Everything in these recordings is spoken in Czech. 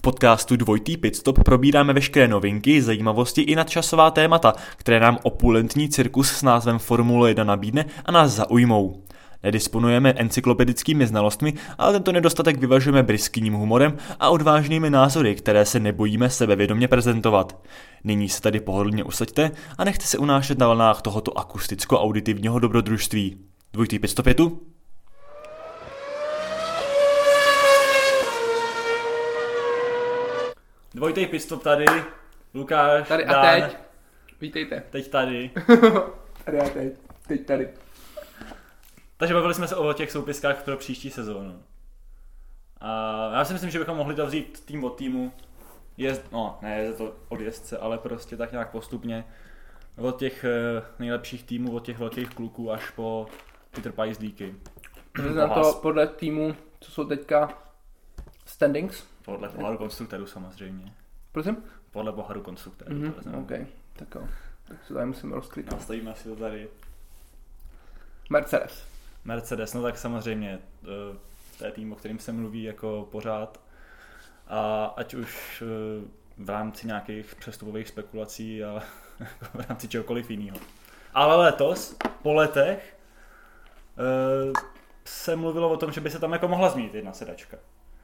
podcastu Dvojitý pitstop probíráme veškeré novinky, zajímavosti i nadčasová témata, které nám opulentní cirkus s názvem Formule 1 nabídne a nás zaujmou. Nedisponujeme encyklopedickými znalostmi, ale tento nedostatek vyvažujeme bryským humorem a odvážnými názory, které se nebojíme sebevědomě prezentovat. Nyní se tady pohodlně usaďte a nechte se unášet na vlnách tohoto akusticko-auditivního dobrodružství. Dvojitý pitstop je tu? Dvojitý pitstop tady, Lukáš, tady a Dan. teď, vítejte. Teď tady. Tady a teď tady. Takže bavili jsme se o těch soupiskách pro příští sezónu. A já si myslím, že bychom mohli to vzít tým od týmu. Ne to od jezdce, ale prostě tak nějak postupně. Od těch nejlepších týmů, od těch velkých kluků až po Peter Pajzdíky. Na to podle týmu, co jsou teďka standings. Podle poháru konstruktérů samozřejmě. Prosím? Podle poháru konstruktérů. OK, tak jo. Tak se tady musíme rozklikat. Nastavíme si to tady. Mercedes, no tak samozřejmě, to je tým, o kterým se mluví jako pořád. A ať už v rámci nějakých přestupových spekulací a v rámci čehokoliv jiného. Ale letos, po letech, se mluvilo o tom, že by se tam jako mohla změnit jedna sedačka.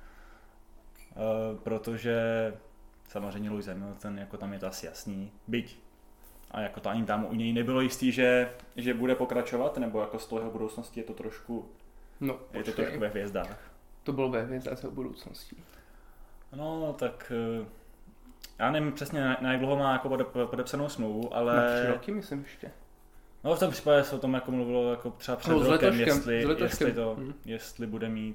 Protože samozřejmě Lewis Hamilton, jako tam je to asi jasný, byť. A jako to ani tam u něj nebylo jistý, že bude pokračovat, nebo jako z toho jeho budoucnosti je to trošku, je to trošku ve hvězdách. To bylo ve hvězdách o budoucnosti. No, tak já nevím přesně, na jak dlouho má jako podepsanou smlouvu, ale... Na 3 roky myslím ještě. No v tom případě se o tom jako mluvilo jako třeba před rokem, jestli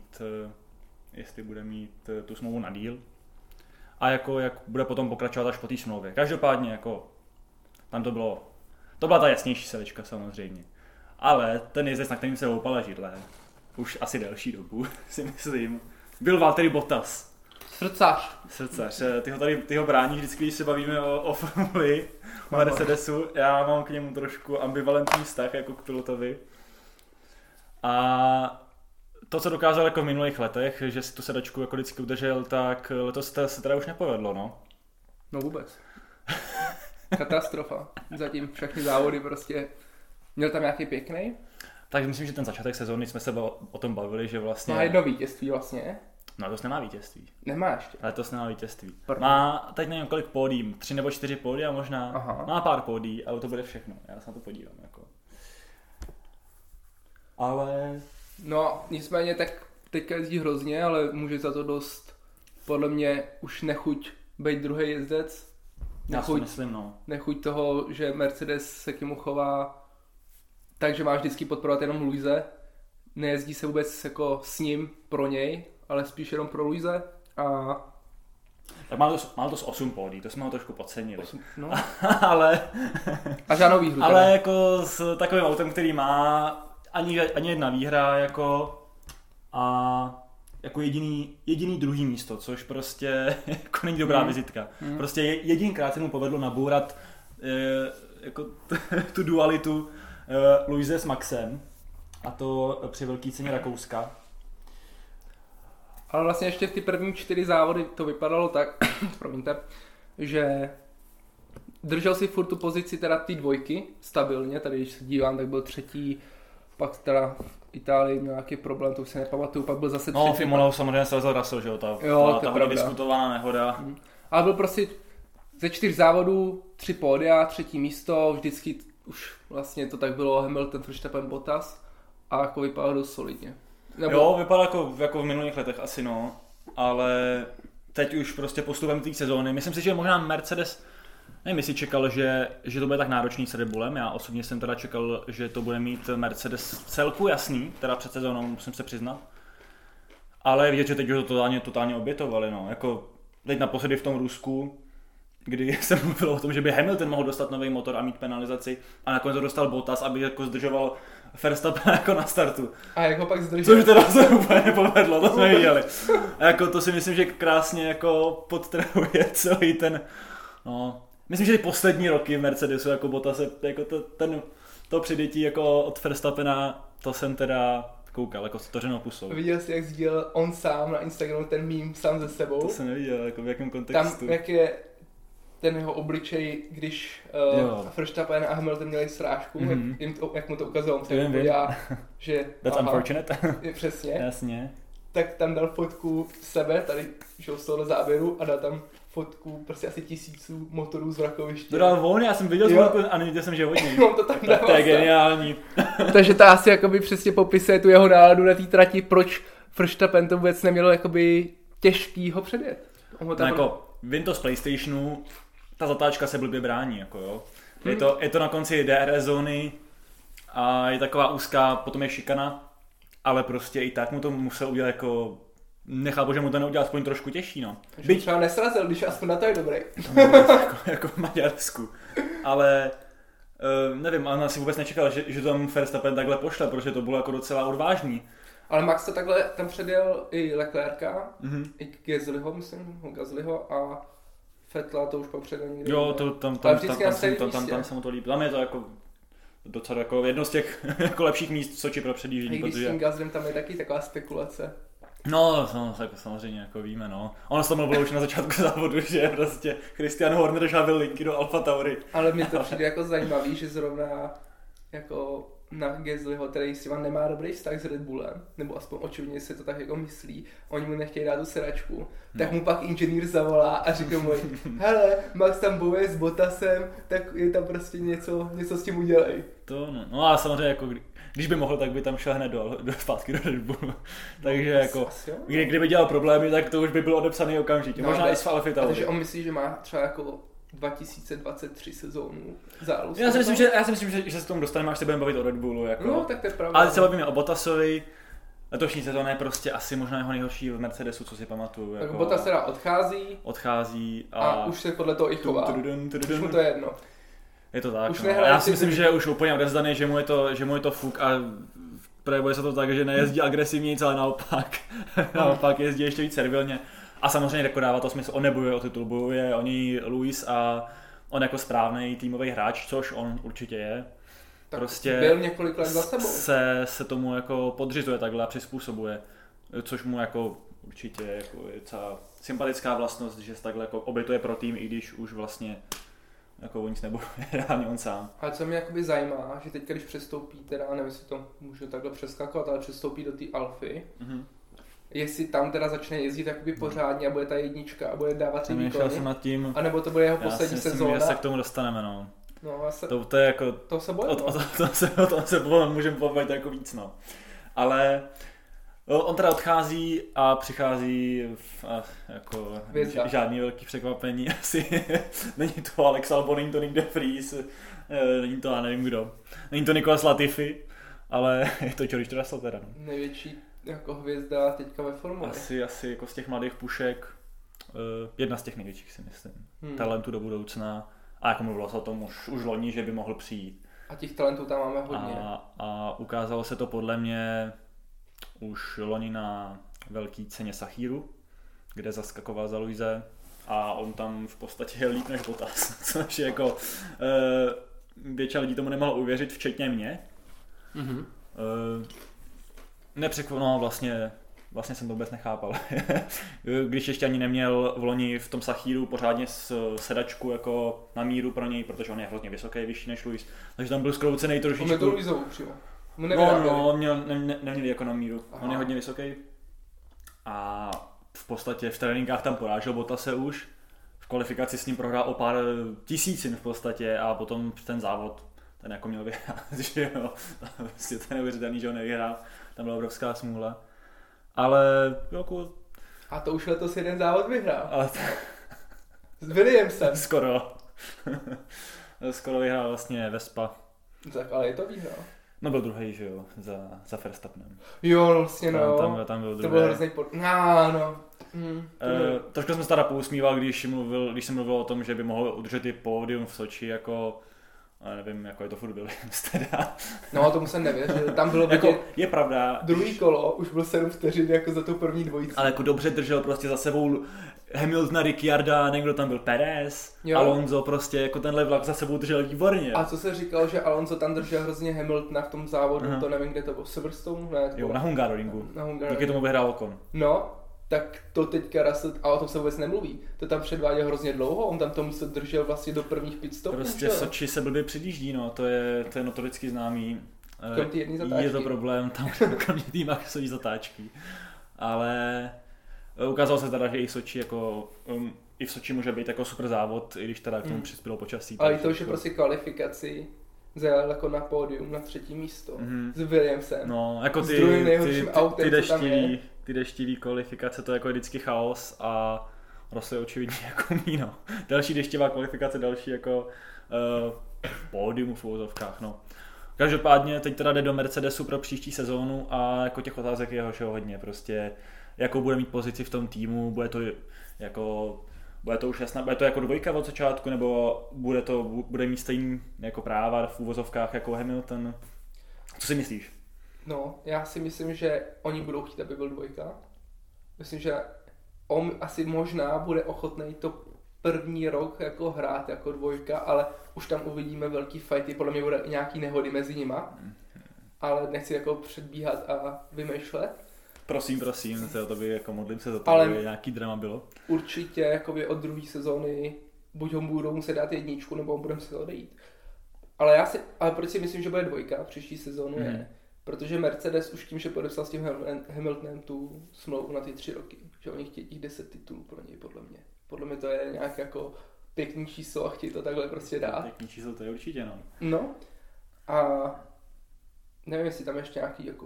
bude mít tu smlouvu na díl. A jako jak bude potom pokračovat až po té smlouvě. Každopádně jako tam to byla ta jasnější sedačka samozřejmě. Ale ten jezdec, na kterým se houpala židle, už asi delší dobu, si myslím, byl Valtteri Bottas. Srdcař. Ty ho brání vždycky, když se bavíme o formuli, o Mercedesu. Já mám k němu trošku ambivalentní vztah, jako k pilotovi. A to, co dokázal jako v minulých letech, že si tu sedačku jako vždycky udržel, tak letos se teda už nepovedlo, no. No vůbec. Katastrofa. Zatím všechny závody prostě. Měl tam nějaký pěkný? Tak myslím, že ten začátek sezóny jsme se o tom bavili, že vlastně... Má jedno vítězství vlastně. No to nemá vítězství. Nemá ještě. Ale to nemá vítězství. Má teď nevím kolik pódií, 3 nebo 4 pódia možná. Aha. Má pár pódií, ale to bude všechno. Já se na to podívám jako. Ale... No nicméně tak teďka jezdí hrozně, ale může za to dost podle mě už nechuť být druhý jezdec. Já si myslím, no. Nechuť toho, že Mercedes se k němu chová tak, že má vždycky podporovat jenom Luise. Nejezdí se vůbec jako s ním pro něj, ale spíš jenom pro Luise. A... Tak má to z 8 pódií, to jsme ho trošku podcenili. No. Ale... A žádnou výhru. Ale teda. Jako s takovým autem, který má ani jedna výhra jako a jako jediný druhý místo, což prostě jako není dobrá vizitka. Prostě jedinkrát se mu povedlo nabourat jako tu dualitu Luise s Maxem, a to při velké ceně Rakouska. Ale vlastně ještě v ty první 4 závody to vypadalo tak, promiňte, že držel si furt tu pozici teda ty dvojky stabilně, tady když se dívám, tak byl třetí, pak teda v Itálii měl nějaký problém, to už se nepamatuju, pak byl zase třetí. No, v Imola samozřejmě srazil Russell, že jo, ta hodně diskutovaná nehoda. Ale byl prostě ze 4 závodů 3 pódia, 3. místo, vždycky už vlastně to tak bylo Hamilton, Verstappen, Bottas a jako vypadalo dost solidně. Jo, vypadá jako v minulých letech asi no, ale teď už prostě postupem té sezóny, myslím si, že možná Mercedes, nevím, jestli čekal, že to bude tak náročný s Red Bullem, já osobně jsem teda čekal, že to bude mít Mercedes celku jasný, teda před sezónou, musím se přiznat, ale vidět, že teď už to totálně obětovali, no, jako teď naposledy v tom Rusku, kdy se mluvilo o tom, že by Hamilton mohl dostat nový motor a mít penalizaci a nakonec to dostal Bottas, aby jako zdržoval Verstappen jako na startu. A jak ho pak zdržel? Což teda se úplně nepovedlo, to jsme viděli. A jako to si myslím, že krásně jako podtrhuje celý ten, no, myslím, že i poslední roky v Mercedesu jako Bottas jako to předjetí jako od Verstappena, to jsem teda koukal, jako s otevřenou pusou. Viděl jsi, jak sdílel on sám na Instagramu ten meme sám ze sebou? To jsem neviděl, jako v jakém kontextu. Tam, jak je ten jeho obličej, když Verstappen a Hamilton měli srážku, jak mu to ukazoval, že That's unfortunate. Přesně. Jasně. Tak tam dal fotku sebe, tady šel z toho záběru a dal tam fotku prostě asi 1000 motorů z vrakoviště. To dal volně, já jsem viděl fotku a neviděl jsem, že hodně. On to tam dával. To je geniální. Takže to asi jakoby přesně popisuje tu jeho náladu na té trati, proč Verstappen to vůbec nemělo jakoby těžký ho předjet. No jako, vím to z PlayStationu, ta zatáčka se blbě brání, jako jo. Je to na konci DRS zóny a je taková úzká, potom je šikana, ale prostě i tak mu to musel udělat jako, nechápu, že mu to neudělal aspoň trošku těžší, no. Byť třeba nesrazil, když aspoň na to je dobrý. jako v Maďarsku, ale nevím, ale asi vůbec nečekal, že tam Verstappen takhle pošle, protože to bylo jako docela odvážný. Ale Max to takhle tam předjel i Leclerca, i Gaslyho, myslím, Gaslyho a Vettela to už pak předjel někde. Jo, to tam se mu to líbí. Tam je to jako docela jako jedno z těch jako lepších míst v Soči pro předjíždění. Protože s tím Gaslym tam je taky taková spekulace. No, samozřejmě jako víme, no. Ono se to mluvilo už na začátku závodu, že prostě Christian Horner žábil linky do Alfa Tauri. Ale mi to přijde jako zajímavý, že zrovna jako na Gaslyho, který s těma nemá dobrý vztah s Red Bullem, nebo aspoň očividně si to tak jako myslí, oni mu nechtějí dát tu sedačku, tak mu pak inženýr zavolá a říká mu, hele, Max tam bojuje s Bottasem, tak je tam prostě něco s tím udělej. To no a samozřejmě jako když by mohl, tak by tam šel hned zpátky do Red Bullu. Takže jako, kdyby dělal problémy, tak to už by bylo odepsaný okamžitě. No, možná i s Alfy Tauri. Takže on myslí, že má třeba jako 2023 sezónu záluz. Já si myslím, že se tomu dostaneme, až se budeme bavit o Red Bullu. Jako. No, tak to je pravda. Ale se bavíme o Bottasovi. Letošní sezóna je prostě asi možná jeho nejhorší v Mercedesu, co si pamatuju. Jako tak Bottas teda odchází a už se podle toho i chová. Už mu to je jedno. Je to tak. No. Já si myslím, že je už úplně odevzdaný, že mu je to fuk a projevuje se to tak, že nejezdí agresivně, ale naopak jezdí ještě víc servilně. A samozřejmě jako dává to smysl, on nebojuje o titul, bojuje o něj Lewis a on jako správný týmový hráč, což on určitě je. Tak prostě byl několik let za sebou. Se tomu jako podřizuje takhle a přizpůsobuje, což mu jako určitě jako je celá sympatická vlastnost, že se takhle jako obětuje pro tým, i když už vlastně jako o nic nebojuje, reálně on sám. Ale co mě jakoby zajímá, že teď když přestoupí, teda nevím, jestli to můžu takhle přeskakovat, ale přestoupí do té Alfy, jestli tam teda začne jezdit jakoby pořádně a bude ta jednička a bude dávat ty výkony, anebo to bude jeho poslední sezóna. Já se k tomu dostaneme, no. To je jako... To se bojím. O tom se můžeme pobavit jako víc, no. Ale on teda odchází a přichází jako žádný velký překvapení. Asi není to Alex Albon, není to Nick de Vries, není to já nevím kdo. Není to Nicolas Latifi, ale je to George Russell teda. No. Největší jako hvězda teďka ve formule. Asi jako z těch mladých pušek, jedna z těch největších si myslím. Talentu do budoucna. A jako mluvilo se o tom už loni, že by mohl přijít. A těch talentů tam máme hodně. A ukázalo se to podle mě už loni na velký ceně Sachíru, kde zaskakoval za Luise a on tam v podstatě je líp než Bottas, což je jako většina lidí tomu nemohla uvěřit, včetně mě. No vlastně jsem to vůbec nechápal. Když ještě ani neměl v loni v tom Sachíru pořádně sedačku jako na míru pro něj, protože on je hrozně vysoký, vyšší než Lewis, takže tam byl zkroucený trošičku. On je to Lewisovou přímo. No, neměl jako na míru. Aha. On je hodně vysoký. A v podstatě v tréninkách tam porážel Bottase už. V kvalifikaci s ním prohrál o pár tisícin v podstatě a potom ten závod ten jako měl vyhrát, že jo. Vlastně to je neuvěřitelný, že ho nevyhrál. Tam byla obrovská smůla. Ale jako... A to už letos jeden závod vyhrál. S Williamsem. Skoro vyhrál vlastně Vespa. Tak ale je to výhra. No byl druhý, že jo, za Verstappenem. Jo, vlastně no. Tam byl druhý. To byl hrozný no. Trošku jsem se teda pousmíval, když jsem mluvil o tom, že by mohl udržet i pódium v Soči, jako... Ale nevím, jako je to furt Williams teda. No, tomu jsem nevěřil. Tam bylo jako, je pravda. Druhý kolo, už byl 7 vteřin jako za tu první dvojici. Ale jako dobře držel prostě za sebou Hamiltona, Ricciarda, někdo tam byl Perez, jo. Alonso prostě jako tenhle vlak za sebou držel výborně. A co se říkal, že Alonso tam držel hrozně Hamiltona v tom závodu, to nevím, kde to bylo, Silverstone? Ne, jo, na Hungaroringu. Díky tomu vyhrál Ocon. No, tak to teďka Russell, a o tom se vůbec nemluví. To tam předváděl hrozně dlouho, on tam to místo držel vlastně do prvních pitstopů. Prostě v Soči se blbě předjíždí, no, to je notoricky známý. Je to problém, tam kromě té maxové zatáčky. Ale ukázalo se teda, že i Soči jako i v Soči může být jako super závod, i když teda k tomu přispělo počasí. Ale i to, že prostě kvalifikaci zajel jako na pódium na 3. místo s Williamsem. No, jako s druhým nejhorším autem, co tam je. Ty deštivý kvalifikace, to je jako vždycky chaos a Russell očividně jako míno. Další deštivá kvalifikace, další jako pódium v uvozovkách, no. Každopádně teď teda jde do Mercedesu pro příští sezónu a jako těch otázek je hodně, prostě jakou bude mít pozici v tom týmu, bude to už jasná, bude to jako dvojka od začátku, nebo bude mít stejný jako práva v úvozovkách jako Hamilton. Co si myslíš? No, já si myslím, že oni budou chtít, aby byl dvojka. Myslím, že on asi možná bude ochotný to první rok jako hrát jako dvojka, ale už tam uvidíme velký fighty, podle mě bude nějaký nehody mezi nima. Ale nechci jako předbíhat a vymýšlet. Prosím, to by jako modlím se za to, aby nějaký drama bylo. Určitě jakoby od druhé sezóny buď ho budou muset dát 1, nebo on bude muset odejít. Ale proč si myslím, že bude dvojka příští sezónu je, protože Mercedes už tím, že podepsal s tím Hamiltonem tu smlouvu na ty 3 roky, že oni chtějí těch 10 titulů pro něj, podle mě. Podle mě to je nějak jako pěkný číslo a chtějí to takhle prostě dát. Pěkný číslo to je určitě, no. No a nevím, jestli tam ještě nějaký jako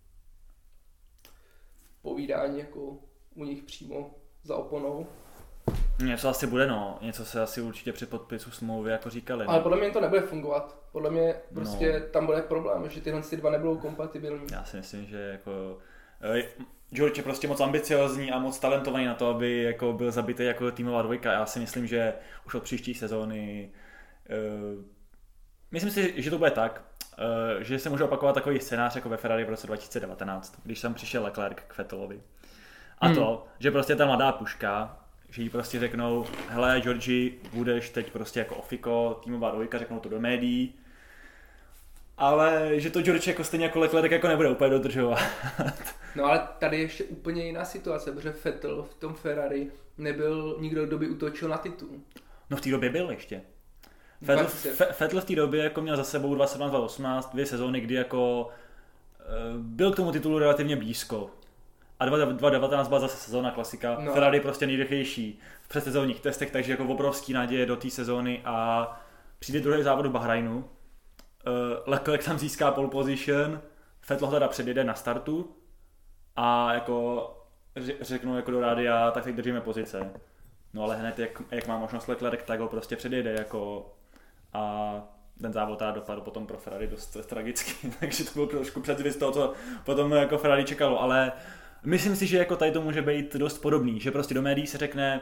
povídání jako u nich přímo za oponou. Něco asi bude, no. Něco se asi určitě při podpisu smlouvy jako říkali. Ale podle mě to nebude fungovat. Podle mě prostě tam bude problém, že tyhle dva nebudou kompatibilní. Já si myslím, že jako George je prostě moc ambiciozní a moc talentovaný na to, aby jako byl zabitý jako týmová dvojka. Já si myslím, že už od příští sezóny myslím si, že to bude tak, že se může opakovat takový scénář jako ve Ferrari v roce 2019, když tam přišel Leclerc k Vettelovi. A to, že prostě ta mladá puška, že jí prostě řeknou, hele Georgi, budeš teď prostě jako ofiko, týmová dvojka, řeknou to do médií, ale že to George jako stejně jako Leclerc jako nebude úplně dodržovat. No ale tady je ještě úplně jiná situace, protože Vettel v tom Ferrari nebyl nikdo, kdo by útočil na titul. No v té době byl ještě. Vettel v té době jako měl za sebou 2017-2018 2 sezóny, kdy jako byl k tomu titulu relativně blízko. A 2019 byla zase sezóna klasika. No. Ferrari prostě nejrychlejší v předsezónních testech, takže jako obrovský naděje do té sezóny a přijde druhý závod v Bahrajnu. Leclerc tam získá pole position, Vettel teda předjede na startu a jako řeknou jako do rádia, tak teď držíme pozice. No ale hned jak má možnost Leclerc, tak ho prostě předjede jako a ten závod dopadl potom pro Ferrari dost tragicky, takže to bylo trošku předzvěst toho, co potom jako Ferrari čekalo, ale myslím si, že jako tady to může být dost podobný, že prostě do médií se řekne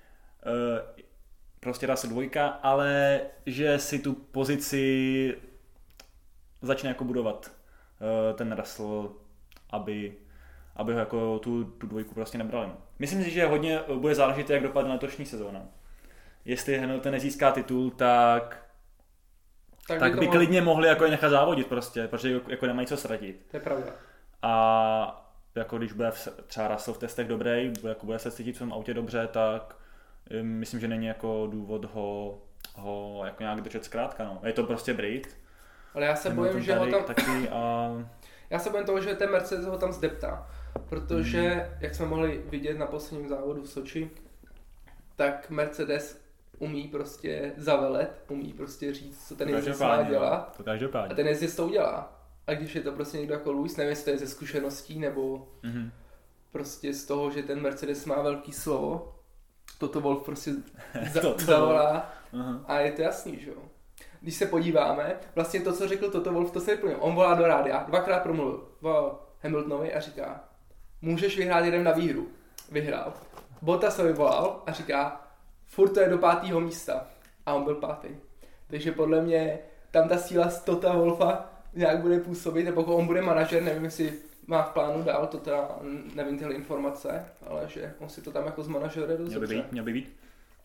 prostě dá se dvojka, ale že si tu pozici začne jako budovat ten Russell, aby ho jako tu dvojku prostě nebrali. Myslím si, že hodně bude záležet, jak dopadne letošní sezóna. Jestli Hamilton nezíská titul, tak by klidně mohli jako je nechat závodit prostě, protože jako nemají co ztratit. To je pravda. A jako když bude třeba Russell v testech dobrý, jako bude se cítit v tom autě dobře, tak myslím, že není jako důvod ho jako nějak držet zkrátka. No. Je to prostě Brit. Ale já se bojím, že ho tam... Taky Já se bojím toho, že ten Mercedes ho tam zdeptá. Protože, jak jsme mohli vidět na posledním závodu v Soči, tak Mercedes umí prostě zavelet, umí prostě říct, co ten jezdec má dělat. To každopádně. A ten jezdec to udělá. A když je to prostě někdo jako Lewis, nevím, jestli to je ze zkušeností, nebo prostě z toho, že ten Mercedes má velký slovo, Toto Wolff prostě zavolá a je to jasný, že jo. Když se podíváme, vlastně to, co řekl Toto Wolff, to se vyplnil. On volá do rádia, 2krát promluvil Hamiltonovi a říká, můžeš vyhrát jeden na výhru. Vyhrál. Bottasovi volal a říká, furt to je do 5. místa. A on byl 5. Takže podle mě tam ta síla z Tota Wolffa nějak bude působit, nebo on bude manažer, nevím, jestli má v plánu dál, to teda nevím tyhle informace, ale že on si to tam jako zmanažuje dost dobře. Měl by být.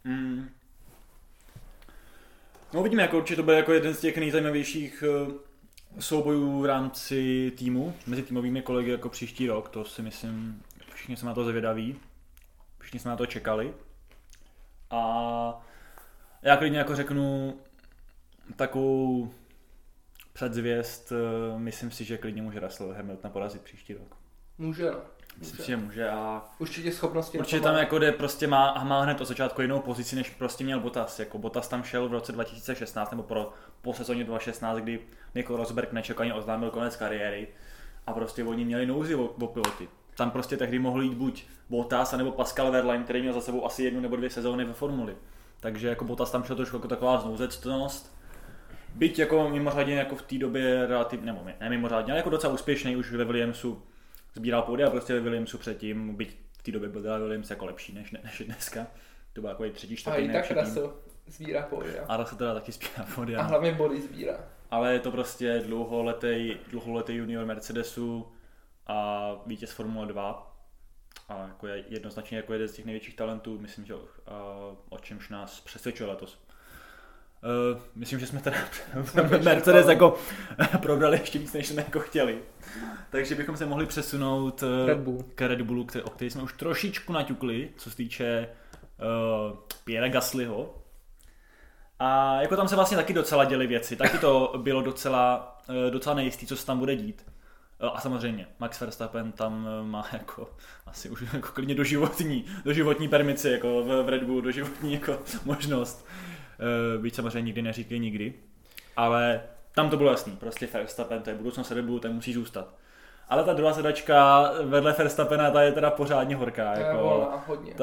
No uvidíme, jako určitě to bude jako jeden z těch nejzajímavějších soubojů v rámci týmu, mezi týmovými kolegy jako příští rok, to si myslím, všichni jsme na to zvědaví, všichni jsme na to čekali. A já klidně jako řeknu takovou předzvěst, myslím si, že klidně může Russell Hamilton porazit příští rok. Může, no. Myslím si, že může a určitě schopnosti. Určitě tam jako jde prostě má hned od začátku jinou pozici, než prostě měl Bottas. Jako Bottas tam šel v roce 2016 nebo po sezóně 2016, kdy Nico Rosberg nečekaně oznámil konec kariéry a prostě oni měli nouzi o piloty. Tam prostě tehdy mohl jít buď Bottas nebo Pascal Wehrlein, který měl za sebou asi 1 nebo 2 sezóny ve formuli. Takže jako Bottas tam šel trošku jako taková znouzectnost. Byť jako mimořádně jako v té době relativně, nebo ne mimořádně, ale jako docela úspěšný už ve Williamsu sbíral pódia prostě ve Williamsu předtím, byť v té době byl Williams jako lepší než dneska. To byl takový 3., 4. A i tak Russell sbírá pódia. A Russell teda taky sbírá pódia. A hlavně body sbírá. Ale je to prostě dlouholetý junior Mercedesu a vítěz Formule 2. A jako je jednoznačně jako jeden z těch největších talentů, myslím, že o čemž nás přesvědčil letos. Myslím, že jsme teda Mercedes jako probrali ještě víc, než jsme jako chtěli. Takže bychom se mohli přesunout k Red Bullu, o který jsme už trošičku naťukli, co se týče Pierre Gaslyho. A jako tam se vlastně taky docela děly věci, taky to bylo docela nejistý, co se tam bude dít. A samozřejmě Max Verstappen tam má jako asi už jako klidně doživotní permici jako v Red Bullu, doživotní jako možnost. Byť samozřejmě nikdy neříkej nikdy, ale tam to bylo jasný, prostě Verstappen, to je budoucnost Red Bullu, ten musí zůstat. Ale ta druhá sedačka vedle Verstappena, ta je teda pořádně horká. Jako, hodně.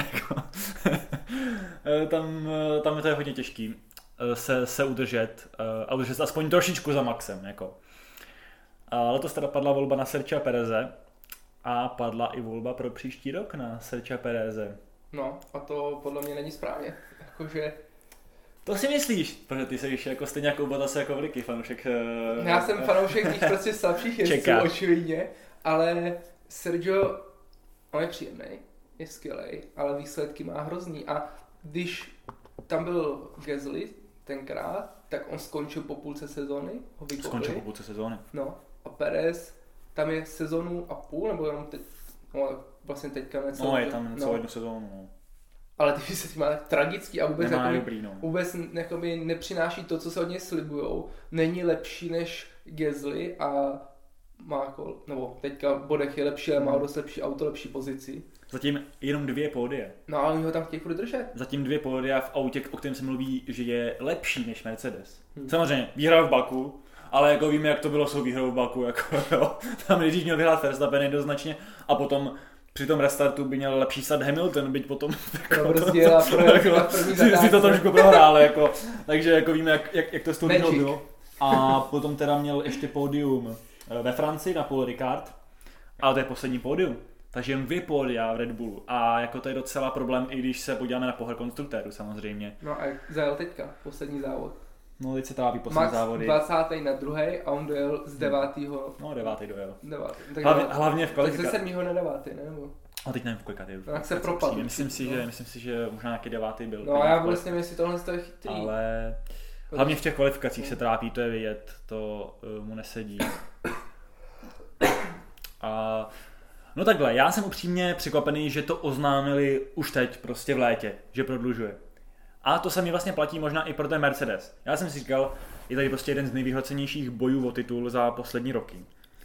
Tam to je hodně těžký se udržet a udržet aspoň trošičku za Maxem. Jako. A letos teda padla volba na Sergia Pereze a padla i volba pro příští rok na Sergia Pereze. No a to podle mě není správně. Jakože... To si myslíš, protože ty jsi jako stejně jako Bottas jako veliký fanoušek. Já jsem fanoušek těch prostě slabších jezdců, očividně, ale Sergio, on je příjemný, je skvělej, ale výsledky má hrozný a když tam byl Gasly tenkrát, tak on skončil po půlce sezóny, ho vykopli. Skončil po půlce sezóny. No a Perez tam je sezónu a půl, nebo jenom teď, no vlastně teďka necelou. No je tam celou jednu sezónu, no. Ale ty výsledky má tak tragický a vůbec, vůbec nepřináší to, co se od něj slibujou. Není lepší než Gasly a má nebo teďka Bodech je lepší, ale má dost lepší auto, lepší pozici. Zatím jenom 2 pódia. No ale oni ho tam chtějí furt držet. Zatím 2 pódia v autě, o kterém se mluví, že je lepší než Mercedes. Samozřejmě, výhra v Baku, ale jako víme, jak to bylo s tou výhrou v Baku. Jako, jo. Tam nejdřív měl vyhrát Verstappen jednoznačně a potom při tom restartu by měl lepší start Hamilton, byť potom si to trošku prohrál, jako, takže jako víme, jak to s tou výhrou bylo. A potom teda měl ještě pódium ve Francii na Paul Ricard, ale to je poslední pódium. Takže jen 2 pódia v Red Bullu a jako to je docela problém, i když se podíváme na pohár konstruktérů samozřejmě. No a zajel teďka poslední závod. No teď se tráví poslední závody. 20. na 2. a on dojel z 9. No 9. dojel. 9. Hlavně v kvalifikaci. Tak ze 7. na 9. ne? Nebo? A teď nevím v kolika ty. Tak se propadl. Myslím si, že možná nějaký 9. byl. No a já vlastně nevím, jestli tohle je chytrý. Ale hlavně v těch kvalifikacích se trápí, to je vidět, to mu nesedí. A no takhle, já jsem upřímně překvapený, že to oznámili už teď, prostě v létě, že prodlužuje. A to se mi vlastně platí možná i pro ten Mercedes. Já jsem si říkal, je tady prostě jeden z nejvyhrocenějších bojů o titul za poslední roky.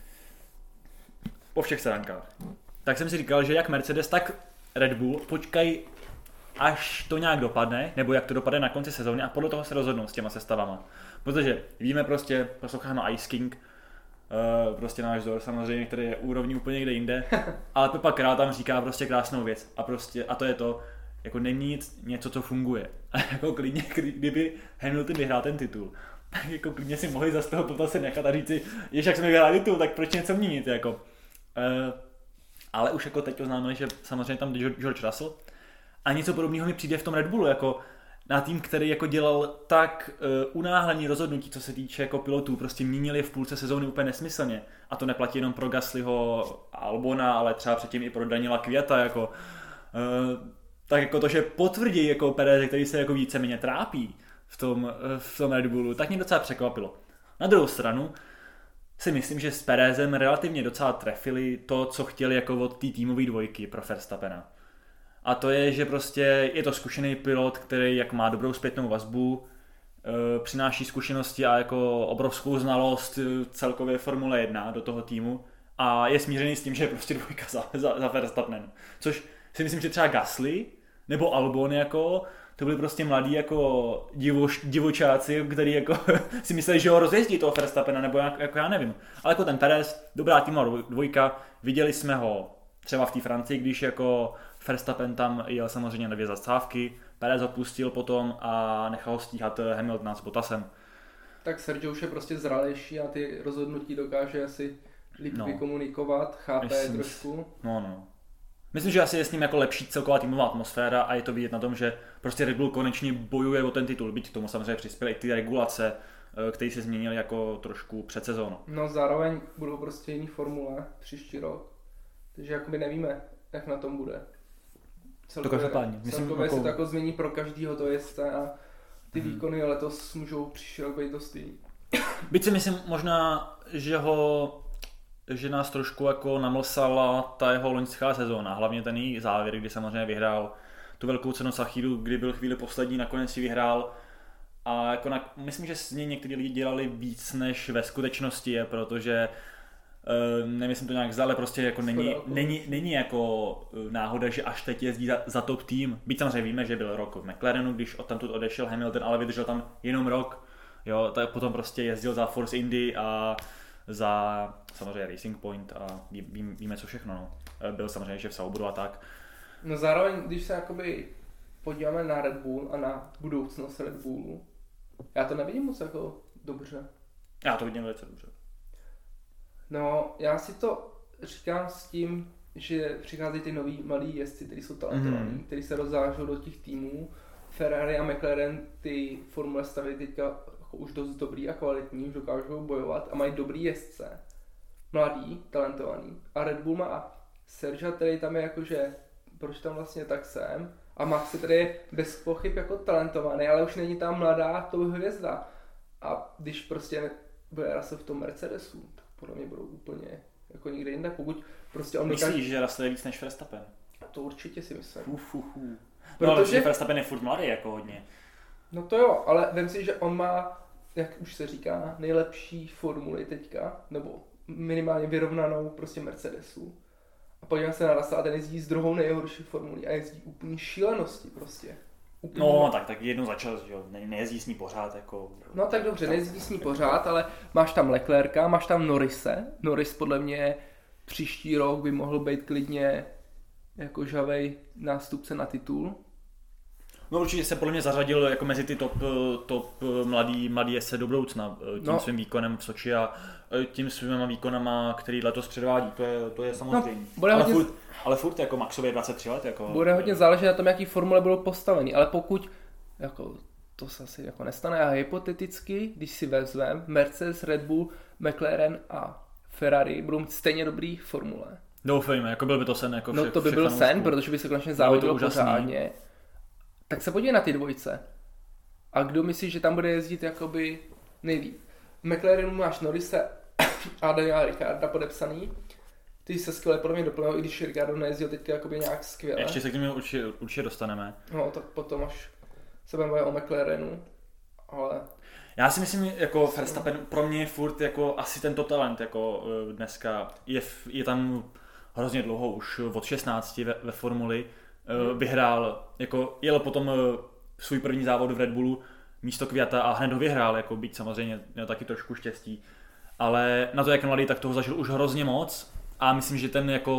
Po všech stránkách. Tak jsem si říkal, že jak Mercedes, tak Red Bull počkají, až to nějak dopadne, nebo jak to dopadne na konci sezóny a podle toho se rozhodnou s těma sestavama. Protože víme prostě, posloucháme Ice King, prostě náš vzor samozřejmě, který je úrovní úplně někde jinde, ale Pepa Král tam říká prostě krásnou věc a to je to, jako není něco, co funguje. A jako klidně, kdyby Hamilton vyhrál ten titul, tak jako klidně si mohli za toho Bottase nechat a říct si, jak jsme vyhráli titul, tak proč něco měnit, jako. Ale už jako teď oznámili, že samozřejmě tam jde George Russell a něco podobného mi přijde v tom Red Bullu, jako na tým, který jako dělal tak unáhlený rozhodnutí, co se týče jako pilotů, prostě měnili v půlce sezóny úplně nesmyslně. A to neplatí jenom pro Gaslyho Albona, ale třeba předtím i pro Daniela Kvyata, jako tak jako to, že potvrdí jako Perez, který se jako víceméně trápí v tom Red Bullu, tak mě docela překvapilo. Na druhou stranu si myslím, že s Perezem relativně docela trefili to, co chtěli jako od té týmové dvojky pro Verstappena. A to je, že prostě je to zkušený pilot, který jak má dobrou zpětnou vazbu, přináší zkušenosti a jako obrovskou znalost celkově Formule 1 do toho týmu a je smířený s tím, že je prostě dvojka za Verstappenem. Což si myslím, že třeba Gasly nebo Albon jako to byli prostě mladí jako divočáci, kteří jako si mysleli, že ho rozjezdí toho Verstappena, nebo jako já nevím. Ale jako ten Perez, dobrá týmová dvojka, viděli jsme ho třeba v té Francii, když jako Verstappen tam jel samozřejmě na 2 zastávky, Perez opustil potom a nechal ho stíhat Hamiltona s Bottasem. Tak Sergio už je prostě zralejší a ty rozhodnutí dokáže asi líp vykomunikovat, chápe trošku. No. Myslím, že asi je s ním jako lepší celková týmová atmosféra a je to vidět na tom, že prostě Red Bull konečně bojuje o ten titul, byť k tomu samozřejmě přispěly i ty regulace, které se změnily jako trošku před sezónou. No zároveň budou prostě jiný formule příští rok, takže jakoby nevíme, jak na tom bude. Celkově se to jako změní pro každýho to jezdce a ty výkony letos můžou příští rok být dost jiný. Byť si myslím možná, že nás trošku jako namlsala ta jeho loňská sezóna, hlavně ten její závěr, kdy samozřejmě vyhrál tu velkou cenu Sachiru, kdy byl chvíli poslední, nakonec si vyhrál a jako myslím, že z něj někteří lidi dělali víc než ve skutečnosti je, protože nemyslím to nějak zle, ale prostě jako není jako náhoda, že až teď jezdí za top tým. Byť samozřejmě víme, že byl rok v McLarenu, když odtamtud odešel Hamilton, ale vydržel tam jenom rok. Jo, tak potom prostě jezdil za Force Indy a za samozřejmě Racing Point a víme co všechno. No. Byl samozřejmě že v Sauberu a tak. No zároveň, když se jakoby podíváme na Red Bull a na budoucnost Red Bullu, já to nevidím moc jako dobře. Já to vidím velice dobře. No, já si to říkám s tím, že přicházejí ty noví malí jezdci, kteří jsou talentovaní, kteří se rozzážou do těch týmů. Ferrari a McLaren ty formule staví teďka jako už dost dobrý a kvalitní, už dokážou bojovat a mají dobrý jezdce. Mladý, talentovaný. A Red Bull má Sergea, který tam je jakože, proč tam vlastně tak jsem. A Max, který je bez pochyb jako talentovaný, ale už není tam mladá tou hvězda. A když prostě bude Russell v tom Mercedesu, tak podle mě budou úplně jako nikde jinde, pokud prostě on myslíš, že Russell je víc než Verstappen? To určitě si myslím. No ale Verstappen je furt mladý jako hodně. No to jo, ale vem si, že on má, jak už se říká, nejlepší formuli teďka, nebo minimálně vyrovnanou prostě Mercedesu. A podívám se na Russell a ten jezdí s druhou nejhorší formulí a jezdí úplně šílenosti prostě. Úplně. No tak jednou začal, že jo, nejezdí s ní pořád jako. No tak dobře, nejezdí s ní pořád, ale máš tam Leclerca, máš tam Norrise. Norris podle mě příští rok by mohl být klidně jako žavej nástupce na titul. No určitě se podle mě zařadil jako mezi ty top mladý jezdce do budoucna tím svým výkonem v Soči a tím svýma výkonama, který letos předvádí, to je samozřejmě. No, ale furt jako Maxovi je 23 let. Jako, bude hodně záležet na tom, jaký formule budou postaveny, ale pokud jako, to se asi jako nestane a hypoteticky, když si vezmeme Mercedes, Red Bull, McLaren a Ferrari budou mít stejně dobrý formule. Doufejme, jako byl by to sen. Jako no to by byl sen, protože by se konečně závodilo pořádně. Tak se podívej na ty dvojce. A kdo myslí, že tam bude jezdit jakoby nejlíp? V McLarenu máš Norrise a Daniela Ricciarda podepsaný. Ty se skvěle podle mě doplňují, i když Ricciardo nejezdil teďka jakoby nějak skvěle. Ještě se k němu určitě dostaneme. No tak potom až se budeme o McLarenu, ale... Já si myslím, jako Verstappen pro mě je furt jako asi tento talent, jako dneska je tam hrozně dlouho, už od 16 ve formuli. Vyhrál, jako jel potom svůj první závod v Red Bullu místo Kvyata a hned ho vyhrál, jako byť samozřejmě měl taky trošku štěstí. Ale na to, jak mladý, tak toho zažil už hrozně moc a myslím, že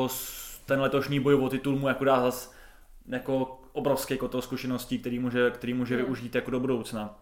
ten letošní boj o titul mu jako dá zas jako obrovské kotel zkušeností, který může využít jako do budoucna.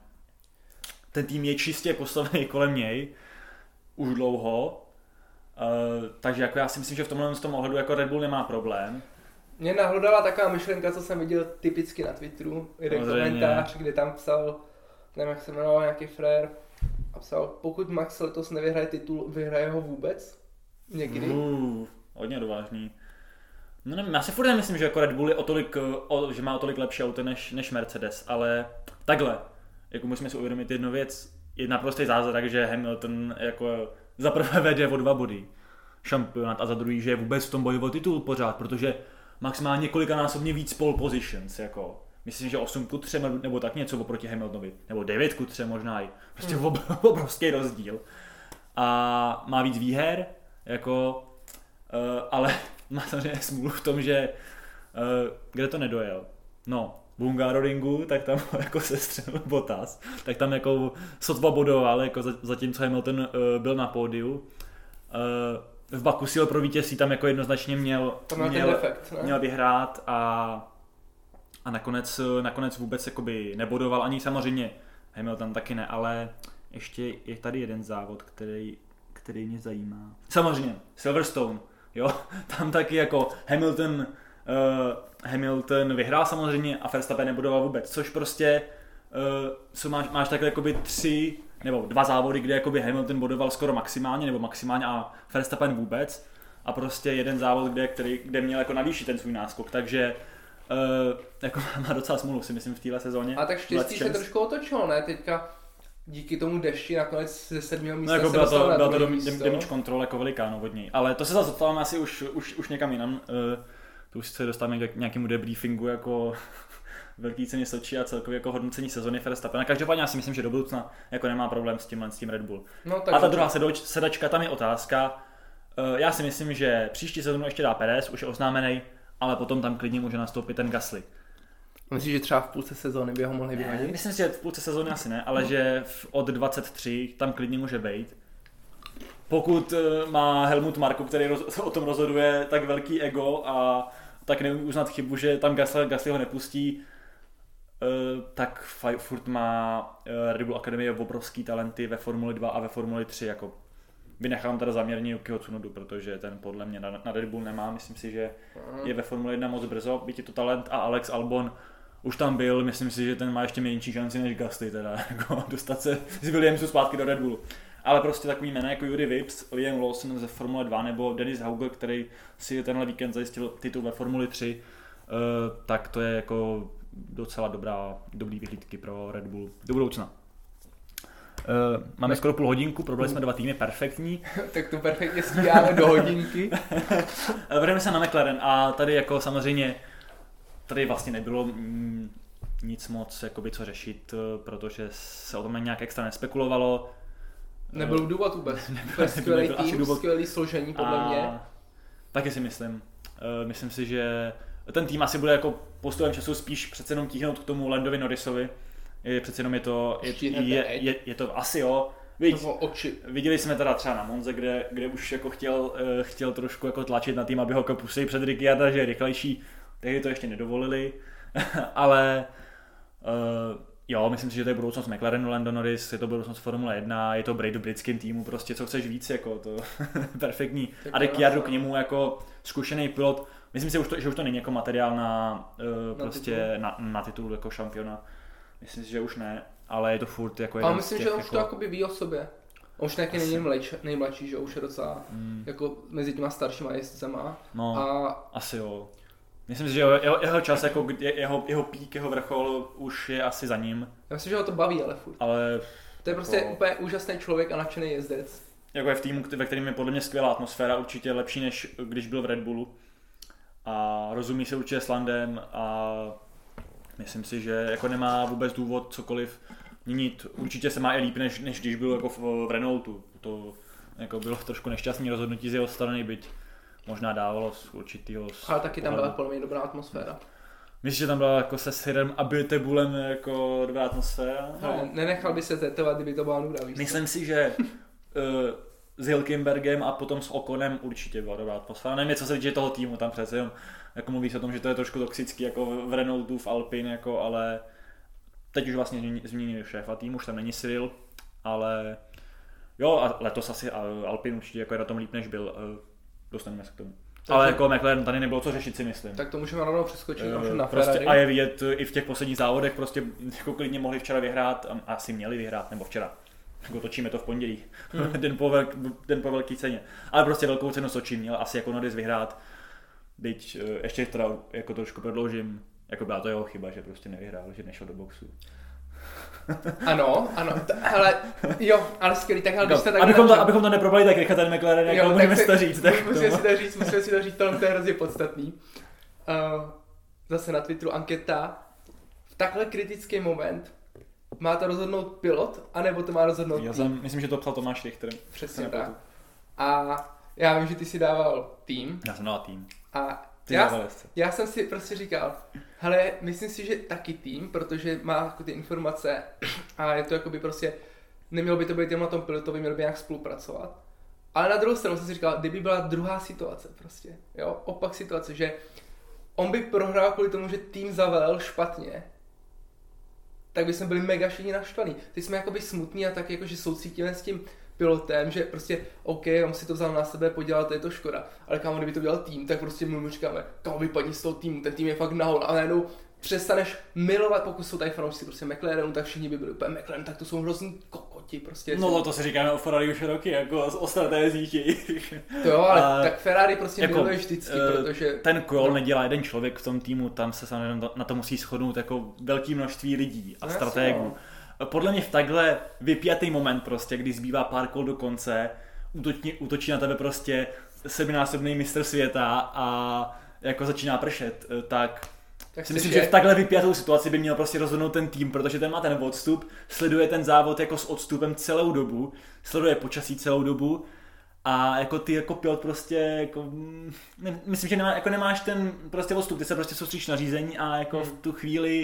Ten tým je čistě postavený kolem něj už dlouho, takže jako já si myslím, že v tomhle ohledu jako Red Bull nemá problém. Mě nahlodala taková myšlenka, co jsem viděl typicky na Twitteru, jeden komentář, kde tam psal, nevím jak se jmenoval, nějaký frér, a psal, pokud Max letos nevyhraje titul, vyhraje ho vůbec? Někdy? Hodně odvážný. No nevím, já si furt nemyslím, že jako Red Bull je že má o tolik lepší auto než Mercedes, ale takhle, jako musíme si uvědomit jednu věc, je naprostý zázrak, že Hamilton jako za prvé vede o 2 body šampionát a za druhý, že je vůbec v tom boji o titul pořád, protože Max má několikanásobně víc pole positions, jako myslím, že 8-3 nebo tak něco oproti Hamiltonovi, nebo 9-3 možná i, prostě obrovský rozdíl a má víc výher, jako, ale má samozřejmě smůlu v tom, že kde to nedojel, no, v Hungaroringu, tak tam jako se střelil Bottas, tak tam jako sotva bodoval, jako zatímco Hamilton byl na pódiu. V Baku si pro vítězství tam jako jednoznačně měl vyhrát a nakonec vůbec jakoby nebodoval, ani samozřejmě Hamilton taky ne, ale ještě je tady jeden závod, který mě zajímá. Samozřejmě, Silverstone, jo, tam taky jako Hamilton vyhrál samozřejmě a Verstappen nebodoval vůbec, což prostě máš takhle jakoby 3 nebo 2 závody, kde jakoby Hamilton bodoval skoro maximálně a Verstappen vůbec a prostě jeden závod, kde měl jako navýšit ten svůj náskok, takže jako má docela smůlu si myslím v téhle sezóně. A tak štěstí se trošku otočilo, ne? Teďka díky tomu dešti nakonec ze 7. místa no, jako se dostal na byla to místo. damage control jako velikáno od něj, ale to se zase dostáváme asi už někam jinam. To už se dostáváme k nějakému debriefingu jako velký ceny Soči a celkově jako hodnocení sezony Verstappena. Každopádně já si myslím, že do budoucna jako nemá problém s tím Red Bull. No, a ta druhá sedačka, tam je otázka. Já si myslím, že příští sezonu ještě dá Perez, už je oznámený, ale potom tam klidně může nastoupit ten Gasly. Myslíš, že třeba v půlce sezóny by ho mohli vyhodit? Myslím si, že v půlce sezóny asi ne, ale že od 23 tam klidně může být. Pokud má Helmut Marko, který o tom rozhoduje, tak velký ego a tak neumí uznat chybu, že tam Gasly ho nepustí, tak furt má Red Bull Academy obrovský talenty ve Formuli 2 a ve Formuli 3. Jako vynechám teda záměrně Yukiho Tsunodu, protože ten podle mě na Red Bull nemá. Myslím si, že je ve Formuli 1 moc brzo, byť je to talent, a Alex Albon už tam byl, myslím si, že ten má ještě menší šanci než Gasly, teda jako dostat se z Williamsu zpátky do Red Bullu. Ale prostě takový jména jako Juri Vips, Liam Lawson ze Formule 2 nebo Dennis Hauger, který si tenhle víkend zajistil titul ve Formuli 3, tak to je jako docela dobrý vyhlídky pro Red Bull do budoucna. Máme skoro půl hodinku, probrali jsme 2 týmy, perfektní. Tak to perfektně stíháme do hodinky. Vrhneme se na McLaren a tady jako samozřejmě tady vlastně nebylo nic moc jakoby, co řešit, protože se o tom nějak extra nespekulovalo. Nebyl důvod vůbec. Skvělý tým, skvělý složení podle mě. Taky si myslím. Myslím si, že ten tým asi bude jako postupem času spíš přece jenom tíhnout k tomu Landovi Norrisovi. Přece jenom je to asi jo. Viděli jsme teda třeba na Monze, kde už jako chtěl trošku jako tlačit na tým, aby ho pustili před Ricciarda, že je rychlejší. Tehdy to ještě nedovolili. Ale jo, myslím si, že to je budoucnost McLarenu, Lando Norris, je to budoucnost Formule 1, je to Brady v britském týmu, prostě co chceš víc, jako to perfektní. A Ricciardo k němu jako zkušený pilot. Myslím si, že už to není jako materiál na titul jako šampiona. Myslím si, že už ne, ale je to furt jako jeden. Ale myslím, že už to jakoby ví o sobě. On už taky není nejmladší, že už je docela jako mezi těma staršíma jezdcema. No, asi jo. Myslím si, že jeho čas, jako jeho pík, jeho vrchol už je asi za ním. Já myslím, že ho to baví, ale furt. Ale to je prostě úplně úžasný člověk a nadšený jezdec. Jako je v týmu, ve kterém je podle mě skvělá atmosféra, určitě lepší, než když byl v Red Bullu. A rozumí se určitě s Landem a myslím si, že jako nemá vůbec důvod cokoliv měnit. Určitě se má i líp, než když byl jako v Renaultu. To jako bylo trošku nešťastné rozhodnutí z jeho strany, byť možná dávalo z určitýho. Ale taky tam byla podle mě dobrá atmosféra. Myslíš, že tam byla jako se Sirem a Biltebulem jako dobrá atmosféra? No. Nenechal by se tetovat, kdyby to byla nuda, víš? Myslím si, že s Hülkenbergem a potom s Oconem určitě byla dobrá atmosféra. Nevím, co se týče toho týmu, tam přece jenom jako mluví se o tom, že to je trošku toxický jako v Renaultu, v Alpine, jako, ale teď už vlastně změnili šéfa týmu, už tam není Cyril, ale jo, a letos asi Alpine určitě jako je na tom líp, než byl. Dostaneme se k tomu. Ale jako McLaren tady nebylo co řešit, si myslím. Tak to můžeme rovnou přeskočit na prostě, Ferrari. a je vidět i v těch posledních závodech, prostě jako klidně mohli včera vyhrát, a asi měli vyhrát, nebo včera. Jako točíme to v pondělí, den po velký ceně. Ale prostě velkou cenu Soči měl asi jako Norris vyhrát. Byť ještě teda jako trošku prodloužím, jako byla to jeho chyba, že prostě nevyhrál, že nešel do boxu. Ano, ale jo, ale skvělý, tak ale když jste tak... Abychom to neprobrali tak rychle ten McLaren, jako můžeme si to říct. Musíme si to říct, to je hrozně podstatný. Zase na Twitteru anketa. V takhle kritický moment má to rozhodnout pilot, anebo to má rozhodnout tým? Myslím, že to psal Tomáš Richter. Přesně tak. A já vím, že ty si dával tým. Já jsem dával tým. A já jsem si prostě říkal, hele, myslím si, že taky tým, protože má jako ty informace a je to jakoby prostě, nemělo by to být jenom na tom pilotovi, mělo by nějak spolupracovat. Ale na druhou stranu jsem si říkal, kdyby byla druhá situace prostě, jo, opak situace, že on by prohrál kvůli tomu, že tým zavelel špatně, tak by jsme byli mega všichni naštvaný. Teď jsme jakoby smutní a tak jakože soucítíme s tím pilotem, že prostě OK, on si to vzal na sebe, podělal, to je to škoda. Ale kámo, kdyby to dělal tým, tak prostě my říkáme, kámo, vypadni z toho týmu, ten tým je fakt nahol. A najednou přestaneš milovat, pokud jsou tady fanoušci prostě McLarenu, tak všichni by byli úplně McLaren, tak to jsou hrozný kokoti prostě. No to si říkáme o Ferrari už roky, jako ostraté jezdíči. To jo, ale tak Ferrari prostě jako, miluje vždycky, protože... Ten kol nedělá jeden člověk v tom týmu, tam se samozřejmě na to musí shodnout jako velké množství lidí a stratégů. Podle mě v takhle vypjatý moment prostě, kdy zbývá pár kol do konce, útočí na tebe prostě 7násobný mistr světa a jako začíná pršet, tak si myslím, že v takhle vypjatou situaci by měl prostě rozhodnout ten tým, protože ten má ten odstup, sleduje ten závod jako s odstupem celou dobu, sleduje počasí celou dobu a jako ty jako pilot prostě jako, myslím, že nemáš ten prostě odstup, ty se prostě soustříš na řízení a jako v tu chvíli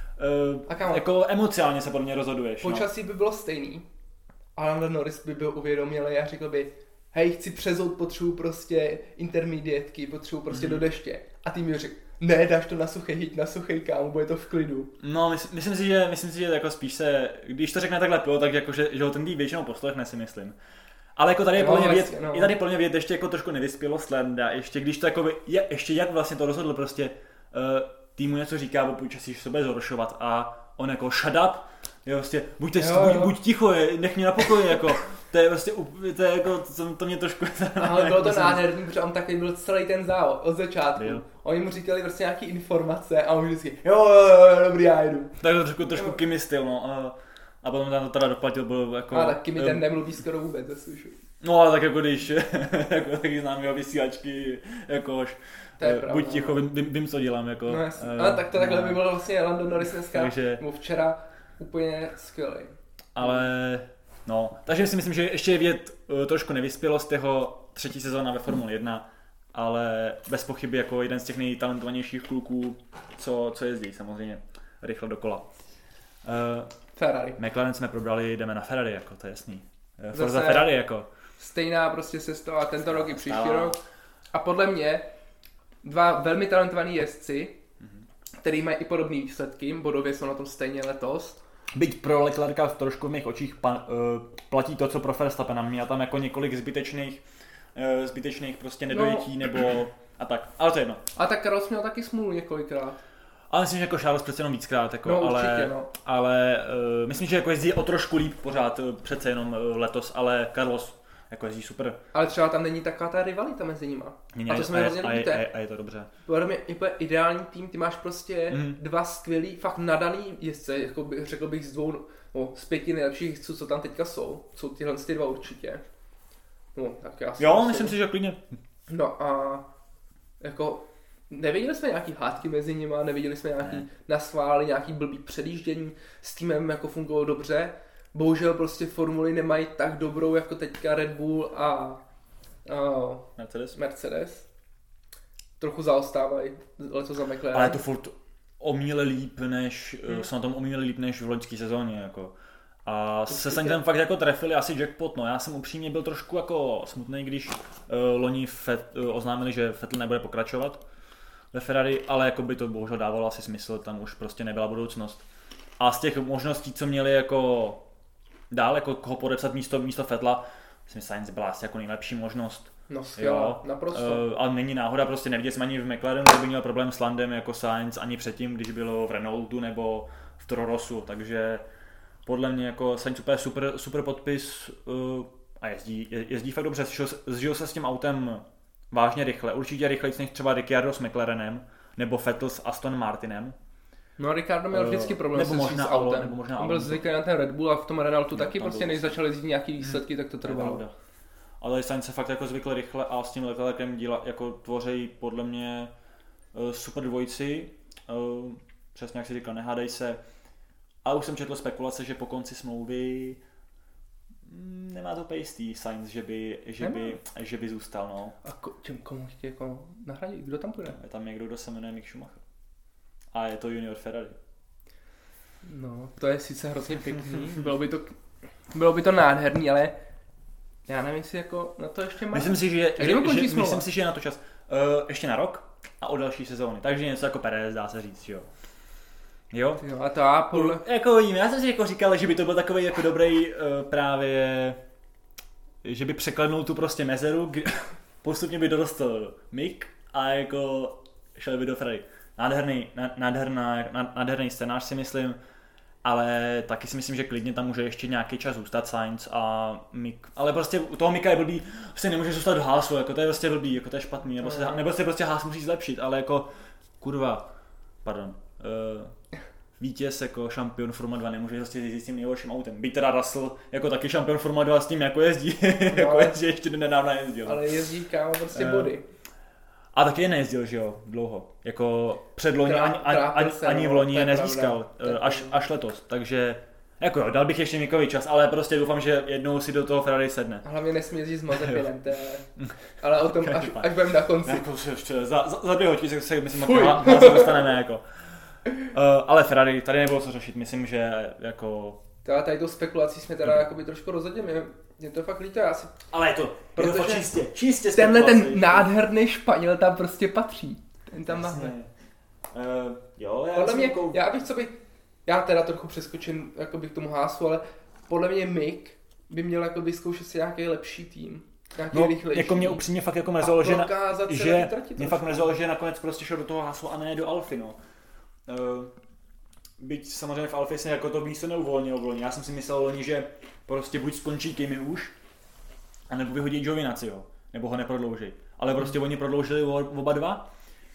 jako emocionálně se podle mě rozhoduješ. Počasí by bylo stejný, ale Lando Norris by byl uvědomělý a řekl by, hej, chci přezout, potřebuji prostě intermediatky, potřebuji prostě do deště. A ty mi řekl, ne, dáš to na suchý, hyť na suchý, kámo, bude to v klidu. No, myslím si, že jako spíš se, když to řekne takhle pilot, tak jako, že ho ten tým většinou poslechne, si myslím. Ale jako tady je plně vědět, i tady plně vědět ještě jako trošku nevyspělost Landa, ještě když to jako, ještě jak vlastně to rozhodl prostě, týmu něco říká o počasí, že se bude zhoršovat a on jako shut up, jo, prostě buď ticho, nech mě na pokoji, jako, to je prostě, to je jako, to mě trošku... Ale bylo to nádherný, protože on taky byl celý ten závod, od začátku. Jo. Oni mu říkali prostě nějaký informace a on vždycky, jo, dobrý, já jdu. Tak to trošku Kimi styl, no, a potom tam to teda doplatil, bylo jako... Ale tak Kimi ten nemluví skoro vůbec, zaslužuji. No ale tak jako když, jako taky znám jeho vysílačky, jakož, buď ticho, vím, co dělám, jako. No jasně, ale tak to takhle by bylo vlastně Lando Norris dneska, nebo včera úplně skvělý. Ale, no, takže si myslím, že ještě je vidět trošku nevyspělost jeho třetí sezóna ve Formule 1, ale bez pochyby jako jeden z těch nejtalentovanějších kluků, co jezdí samozřejmě rychle dokola. Ferrari. McLaren jsme probrali, jdeme na Ferrari, jako, to je jasný. Forza Ferrari, jako. Stejná prostě sestava tento rok i příští rok. A podle mě dva velmi talentovaní jezdci, který mají i podobné výsledky, bodově jsou na tom stejně letos. Byť pro Leclerca v trošku v mých očích platí to, co pro Verstappena. Měl tam jako několik zbytečných prostě nedojetí nebo a tak. Ale to je jedno. A tak Carlos měl taky smůlu několikrát. Ale myslím, že jako Charles přece jenom víckrát, jako, no, určitě, ale myslím, že jako jezdí o trošku líp pořád přece jenom letos, ale Carlos jako jezdí super. Ale třeba tam není taková ta rivalita mezi nima. A to se mi hrozně líbíte. A je to dobře. Podle mě je ideální tým, ty máš prostě dva skvělý, fakt nadaný jezdce, jako řekl bych z 5 nejlepších jezdců, co tam teďka jsou tyhle dva určitě. No, tak já myslím si, že klidně. No a jako neviděli jsme nějaký hádky mezi nima, neviděli jsme nějaký naschvály, nějaký blbý předjíždění, s týmem jako fungovalo dobře. Bohužel prostě formuly nemají tak dobrou jako teďka Red Bull a Mercedes. Trochu zaostávají letos za McLaren. Ale to furt omíle líp než, jsou na tom omíle líp než v loňské sezóně, jako. A se sem tam fakt jako trefili asi jackpot, no. Já jsem upřímně byl trošku jako smutný, když loni oznámili, že Vettel nebude pokračovat ve Ferrari, ale jako by to bohužel dávalo asi smysl, tam už prostě nebyla budoucnost. A z těch možností, co měli jako dál, jako koho podepsat místo Vettela, myslím, Sainz byla asi jako nejlepší možnost. No skvělá, naprosto. Ale není náhoda, prostě neviděl jsem ani v McLarenu, že by měl problém s Landem jako Sainz, ani předtím, když bylo v Renaultu nebo v Toro Rossu, takže podle mě jako Sainz úplně super podpis a jezdí fakt dobře, zžil se s tím autem vážně rychle, určitě rychlejc než třeba Ricciardo s McLarenem nebo Vettel s Aston Martinem. No Ricardo měl vždycky problém s autem. Nebo možná on byl zvyklý na ten Red Bull a v tom Renaultu taky prostě než začali jezdit nějaký výsledky, tak to trvalo. Ale Sainz se fakt jako zvykl rychle a s tím Leclercem jako tvoří podle mě super dvojici. Přesně jak si říkal, nehádej se. A už jsem četl spekulace, že po konci smlouvy nemá to úplně jistý Sainz, že by zůstal. No. A komu chtějí jako nahradit? Kdo tam půjde? Je tam někdo, kdo se jmenuje Mick Schumacher. A je to junior Ferrari. No, to je sice hrozně pěkný, bylo by to nádherný, ale já nevím, jestli jako na to ještě má. Myslím si, že je na to čas. Ještě na rok a o další sezóny. Takže něco jako Perez, dá se říct, že jo. Jo? A to já podle... Jako vím, já jsem si jako říkal, že by to byl takový jako dobrý právě, že by překlenul tu prostě mezeru, postupně by dorostl Mick a jako šel by do Ferrari. Nádherný scénář si myslím, ale taky si myslím, že klidně tam může ještě nějaký čas zůstat Sainz a Mick. Ale prostě u toho Micka je blbý, prostě nemůže zůstat v Haasu, jako to je prostě blbý, jako to je špatný, nebo se prostě Haas musí zlepšit, ale jako vítěz jako šampion Formule 2 nemůže prostě jezdit s tím nejhorším autem. Byť teda Russell jako taky šampion Formule 2 s tím jako jezdí, jako ještě nedávno jezdil. Ale jezdí kámo prostě body. A taky je nejezdil, že jo, dlouho. Jako předloni ani v loni je nezískal, až letos. Takže jako jo, dal bych ještě Mickovi čas, ale prostě doufám, že jednou si do toho Ferrari sedne. Hlavně nesmí jezdit s Mazepinem, ale o tom až budeme na konci. Jako, za 2 hodiny se myslím, že dostaneme jako. Ale Ferrari, tady nebylo co řešit, myslím, že jako... Tady tu spekulací jsme teda jakoby trošku rozhodli, mě to fakt líto, já si... Ale je to čistě tenhle ten nádherný Španěl tam prostě patří, ten tam máme. Jo, já teda trochu přeskočím jakoby k tomu Haasu, ale podle mě Mick by měl jakoby zkoušet si nějaký lepší tým. Rychlejší. Jako mě upřímně fakt jako mrzelo, že nakonec prostě šel do toho Haasu a ne do Alfy, no. Byť samozřejmě v Alfě se jako to místo neuvolnilo. Já jsem si myslel loni, že prostě buď skončí Kimi už, anebo vyhodí Giovinaziho, nebo ho neprodlouží. Ale prostě oni prodloužili oba dva.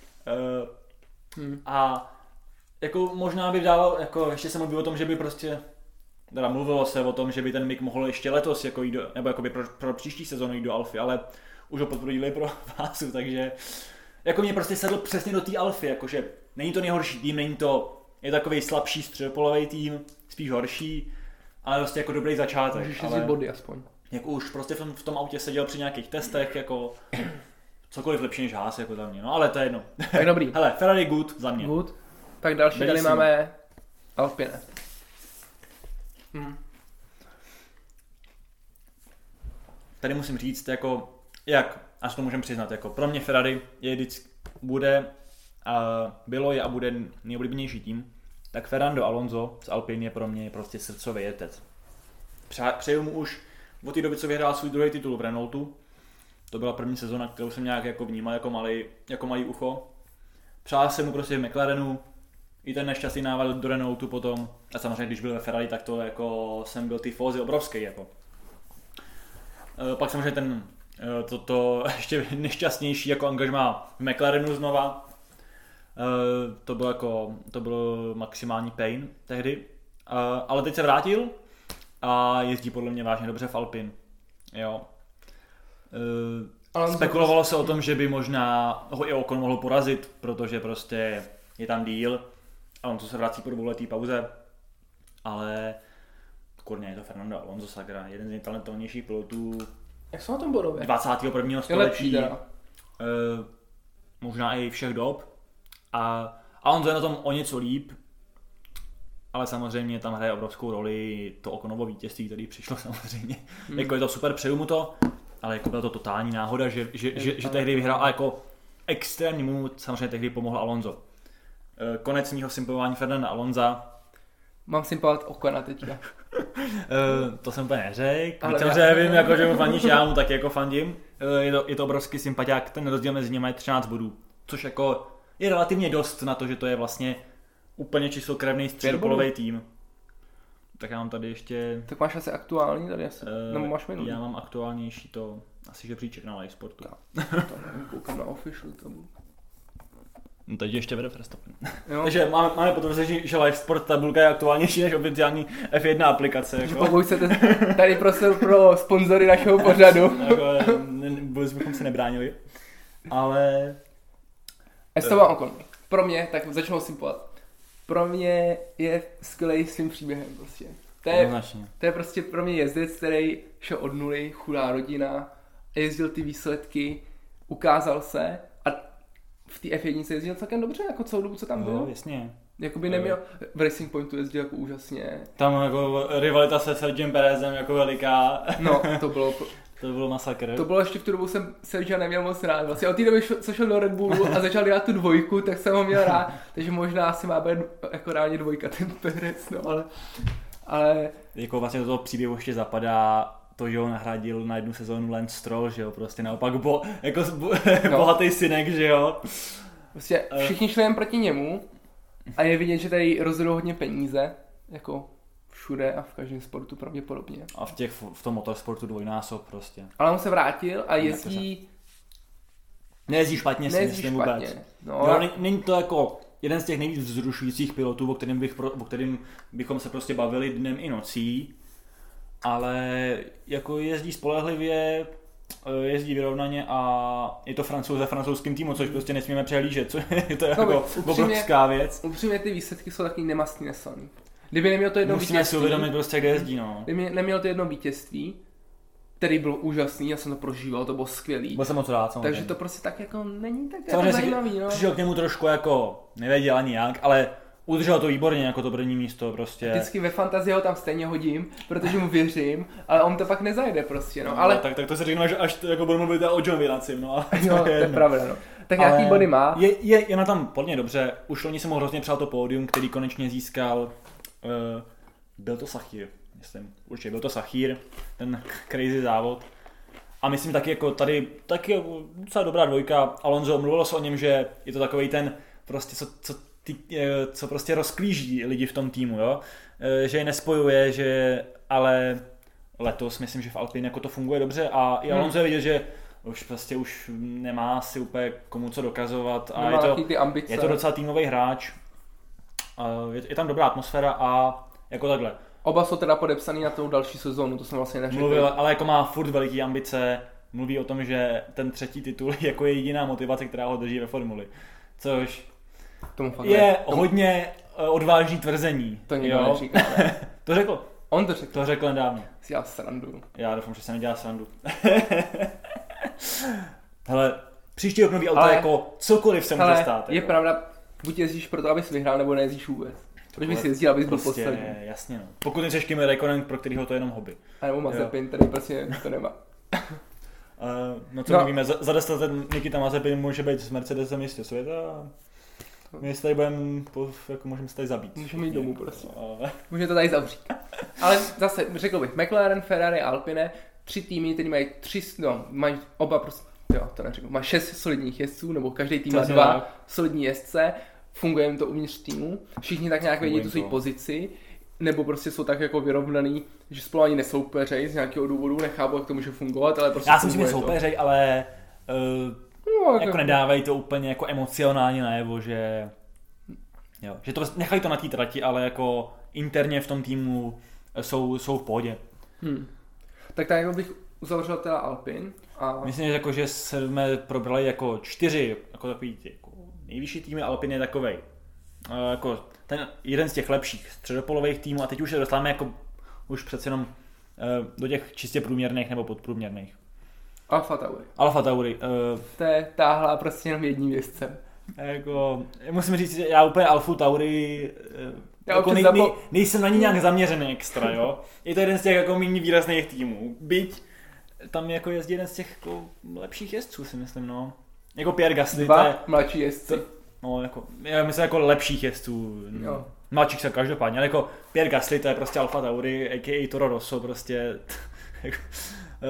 A jako možná by dával, jako ještě se mluví o tom, že by prostě, teda mluvilo se o tom, že by ten Mick mohl ještě letos jako jít do, nebo jakoby pro příští sezónu jít do Alfy, ale už ho potvrdili pro Haasu, takže jako mě prostě sedl přesně do té Alfy, jakože není to nejhorší tým, je takový slabší středopolový tým, spíš horší, ale prostě jako dobrý začátek. Můžeš jezdit body aspoň. Jako už prostě v tom autě seděl při nějakých testech, jako cokoliv lepší než Haas, jako za mě, no ale to je jedno. Tak dobrý. Hele, Ferrari good za mě. Good. Tak další tady máme Alpine. Tady musím říct, jako, až to můžeme přiznat, jako pro mě Ferrari je vždycky, bylo a bude nejoblíbenější tým, tak Fernando Alonso z Alpine je pro mě prostě srdcový jetec. Přeju mu už od té doby, co vyhrál svůj druhý titul v Renaultu, to byla první sezona, kterou jsem nějak jako vnímal jako malý ucho. Přál jsem mu prostě v McLarenu, i ten nešťastný návrat do Renaultu potom, a samozřejmě když byl ve Ferrari, tak to jako jsem byl tifozy obrovský jako. Pak samozřejmě to ještě nešťastnější jako angažmá v McLarenu znova. To byl maximální pain tehdy, ale teď se vrátil a jezdí podle mě vážně dobře v Alpine. Jo. Spekulovalo se o tom, že by možná ho i Ocon mohl porazit, protože prostě je tam deal a on se vrací po dvouletý pauze, ale kurně je to Fernando Alonso sakra, jeden z nejtalentovanějších pilotů. Jak jsou na tom bodově? 21. století, možná i všech dob. A on je na tom o něco líp, ale samozřejmě tam hraje obrovskou roli to Oconovo vítězství, který přišlo samozřejmě. Jako je to super, přeju mu to, ale jako byla to totální náhoda, že tehdy vyhrál a jako extrémně mu samozřejmě tehdy pomohl Alonso. Konec mýho simpování Fernanda Alonza. Mám simpovat Ocona teďka. To jsem úplně neřekl, samozřejmě vím, jako, že mu fandíš, já mu taky jako fandím. je to obrovský sympatiák, ten rozdíl mezi nimi je 13 bodů, což jako je relativně dost na to, že to je vlastně úplně čistokrevný středopolový tým. Tak já mám tady ještě... Tak máš asi aktuální tady asi, nebo máš minulý? Já mám aktuálnější to, asi žebříček na Live Sportu. To nevím, koukám na official tabulku. No teď ještě vede Verstappen. Takže máme potvrzení, že Live Sport tabulka je aktuálnější než oficiální F1 aplikace. Jako. Pokud chcete tady pro sponzory našeho pořadu. Vůbec bychom se nebránili. Ale... Esteban Ocon. Pro mě, tak začnu si podat. Pro mě je skvělý s tím příběhem prostě. To je prostě pro mě jezdec, který šel od nuly, chudá rodina, jezdil ty výsledky, ukázal se a v té F1 se jezdil celkem dobře, jako celou dobu, co tam byl. Jasně. Jakoby neměl, v Racing Pointu jezdil jako úžasně. Tam jako rivalita se Sergiem Perezem jako veliká. No, to bylo masakr. To bylo ještě v tu dobu jsem Sergia neměl moc rád. Vlastně od té doby, co šel do Red Bullu a začal dělat tu dvojku, tak jsem ho měl rád. Takže možná asi má být jako reálně dvojka ten Perez, no ale... Jako vlastně do toho příběhu ještě zapadá to, že ho nahradil na jednu sezónu Lance Stroll, že jo, prostě naopak bohatý synek, že jo. Prostě všichni šli jen proti němu a je vidět, že tady rozhodl hodně peníze, jako všude a v každém sportu pravděpodobně. A v tom motorsportu dvojnásob prostě. Ale on se vrátil a jezdí... Nejezdí špatně, si myslím vůbec. No, není to jako jeden z těch nejvíc vzrušujících pilotů, o kterým bychom se prostě bavili dnem i nocí, ale jako jezdí spolehlivě, jezdí vyrovnaně a je to Francouz za francouzským týmu, což prostě nesmíme přehlížet, je to jako obrovská věc. Upřímně ty výsledky jsou taky nemastný neslaný. Kdyby neměl to jedno vítězství... Musíme si uvědomit prostě, kde jezdí, no. Kdyby neměl to jedno vítězství, který byl úžasný, já jsem to prožíval, to bylo skvělý. Byl jsem moc rád, samozřejmě. Takže to prostě tak jako není tak jako zajímavý, no. Přišel k němu trošku jako, nevěděl ani jak, ale udržel to výborně jako to první místo prostě. Vždycky ve fantazii ho tam stejně hodím, protože mu věřím, ale on to pak nezajde prostě, no. Ale... Tak to se řeknu, až to, jako budu mluvit o John Vilacim, no. No, to je pravda, no. Tak nějaký body má. Je na tam podně dobře, už loni jsem mohl hrozně přát to pódium, který konečně získal, byl to Sachir, myslím, určitě byl to Sachir, ten crazy závod. A myslím taky jako tady, taky docela dobrá dvojka, Alonso, mluvilo se o něm, že je to takovej ten, prostě co prostě rozklíží lidi v tom týmu, jo? Že je nespojuje, ale letos myslím, že v Alpine jako to funguje dobře a i Alonso je vidět, že už nemá si úplně komu co dokazovat a je to docela týmový hráč, je tam dobrá atmosféra a jako takhle. Oba jsou teda podepsaný na tou další sezónu, to jsem vlastně neřekl. Mluvil, ale jako má furt veliký ambice, mluví o tom, že ten třetí titul jako je jediná motivace, která ho drží ve formuli, což je hodně odvážný tvrzení. To nikdo neříká. To řekl. On to řekl. To řekl nedávno. Si dělal srandu. Já doufám, že se nedělá srandu. Hele, příští rok nový auto jako cokoliv se může stát. Je pravda, buď jezdíš proto, abys vyhrál, nebo nejezdíš vůbec. Proč bys jezdil, abys byl poslední. Jasně, no. Pokud nejseš Kimi Räikkönen, pro kterýho to je jenom hobby. A nebo Mazepin, tady prostě to nemá. No co nevíme, za 10 let Nikita Mazepin může být s Mercedesem mistr světa. My se tady můžeme se tady zabít. Můžeme jít domů prostě. Můžeme to tady zavřít. Ale zase, řekl bych, McLaren, Ferrari, Alpine, 3 týmy, který mají mají oba prostě, to neřekl, má 6 solidních jezdců, nebo každý tým má 2 solidní jezdce, funguje jim to uvnitř týmu, všichni tak nějak vědí tu svou pozici, nebo prostě jsou tak jako vyrovnaný, že spolu ani nesoupeřej z nějakého důvodu, nechápu, jak to může fungovat, ale prostě já si myslím, že soupeřej, ale jako nedávají to úplně jako emocionálně najevo, že to nechají to na té trati, ale jako interně v tom týmu jsou v pohodě. Tak jako bych uzavřel teda Alpine. A... Myslím, že jsme probrali jako 4 jako takový jako nejvyšší týmy. Alpine je takovej jako ten jeden z těch lepších středopolových týmů a teď už se dostáváme jako už přece jenom do těch čistě průměrných nebo podprůměrných. Alfa Tauri. To je táhla prostě jenom jedním jezdcem. Jako, musím říct, že já úplně Alfu Tauri jako nejsem na ní nějak zaměřený extra, jo. Je to jeden z těch jako méně výrazných týmů. Byť tam jako jezdí jeden z těch jako lepších jezdců, si myslím, no. Jako Pierre Gasly. 2 mladší jezdci. No, jako, já myslím jako lepších jezdců. Jo. Mladších se každopádně, ale jako Pierre Gasly, to je prostě Alfa Tauri, a.k.a. Toro Rosso, prostě.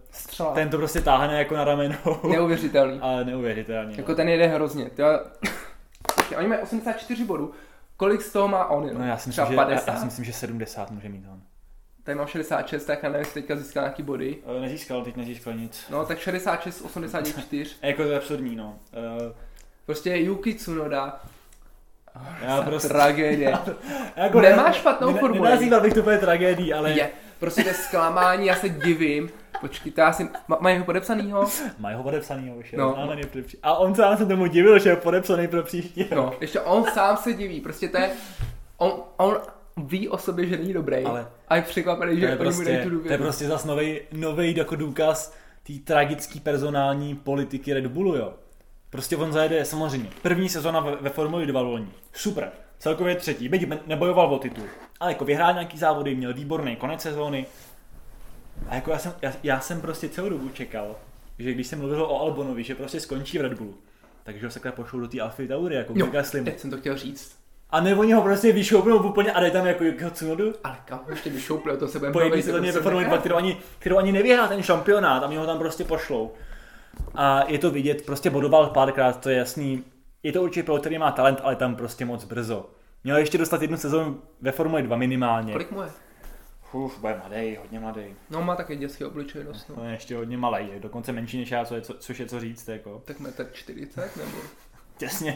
Střela. Ten to prostě táhne jako na rameno. Neuvěřitelný. Ale neuvěřitelný. Jako ten jede hrozně. Oni mají 84 bodů. Kolik z toho má on? No já si myslím, já si myslím, že 70 může mít on. Tady mám 66, tak já nevím, jestli teďka získal nějaký body. Teď nezískal nic. No tak 66, 84. Jako to je absurdní, no. Prostě Yuki Tsunoda. Já prostě... Tragédie. Jako Nemá špatnou formuli. Nenazýval bych to úplně tragédii, ale... Je. Prostě to je zklamání, já se divím. Počkejte, já si... Mají ho podepsanýho? Mají ho podepsanýho, už je no. oznámený pro příští. A on sám se tomu divil, že je podepsaný pro příští. No, ještě on sám se diví. Prostě to je... On ví o sobě, že není dobrý. A je překvapený, že oni mu dají tu důvěru. To je prostě zas novej jako důkaz té tragické personální politiky Red Bullu, jo. Prostě on zajede samozřejmě. První sezona ve Formuli 2 loni. Super. Celkově třetí. Byť nebojoval o titul. Ale jako vyhrál nějaký závody, měl výborný konec sezóny. A jako já jsem prostě celou dobu čekal, že když jsem mluvil o Albonovi, že prostě skončí v Red Bullu, takže ho sakra pošlou do té Alfy Tauri, jako Gasly. Teď jsem to chtěl říct. A nebo oni ho prostě vyšoupnou úplně a dají tam jako Tsunodu. Ale kam ještě vyšoupnou, to se budeme bavit. Po ve Formuli 2, kterou ani nevyhrál ten šampionát a mě ho tam prostě pošlou. A je to vidět, prostě bodoval párkrát, to je jasný. Je to určitě pilot, který má talent, ale tam prostě moc brzo. Měl ještě dostat jednu sezónu ve Formuli 2 minimálně. Kolik mu je? Bude mladý, hodně mladý. No má taky dětský obličej dost. No. Je ještě hodně malý, je dokonce menší než já, což je co říct. Jako. Tak 1,40 m nebo? Těsně,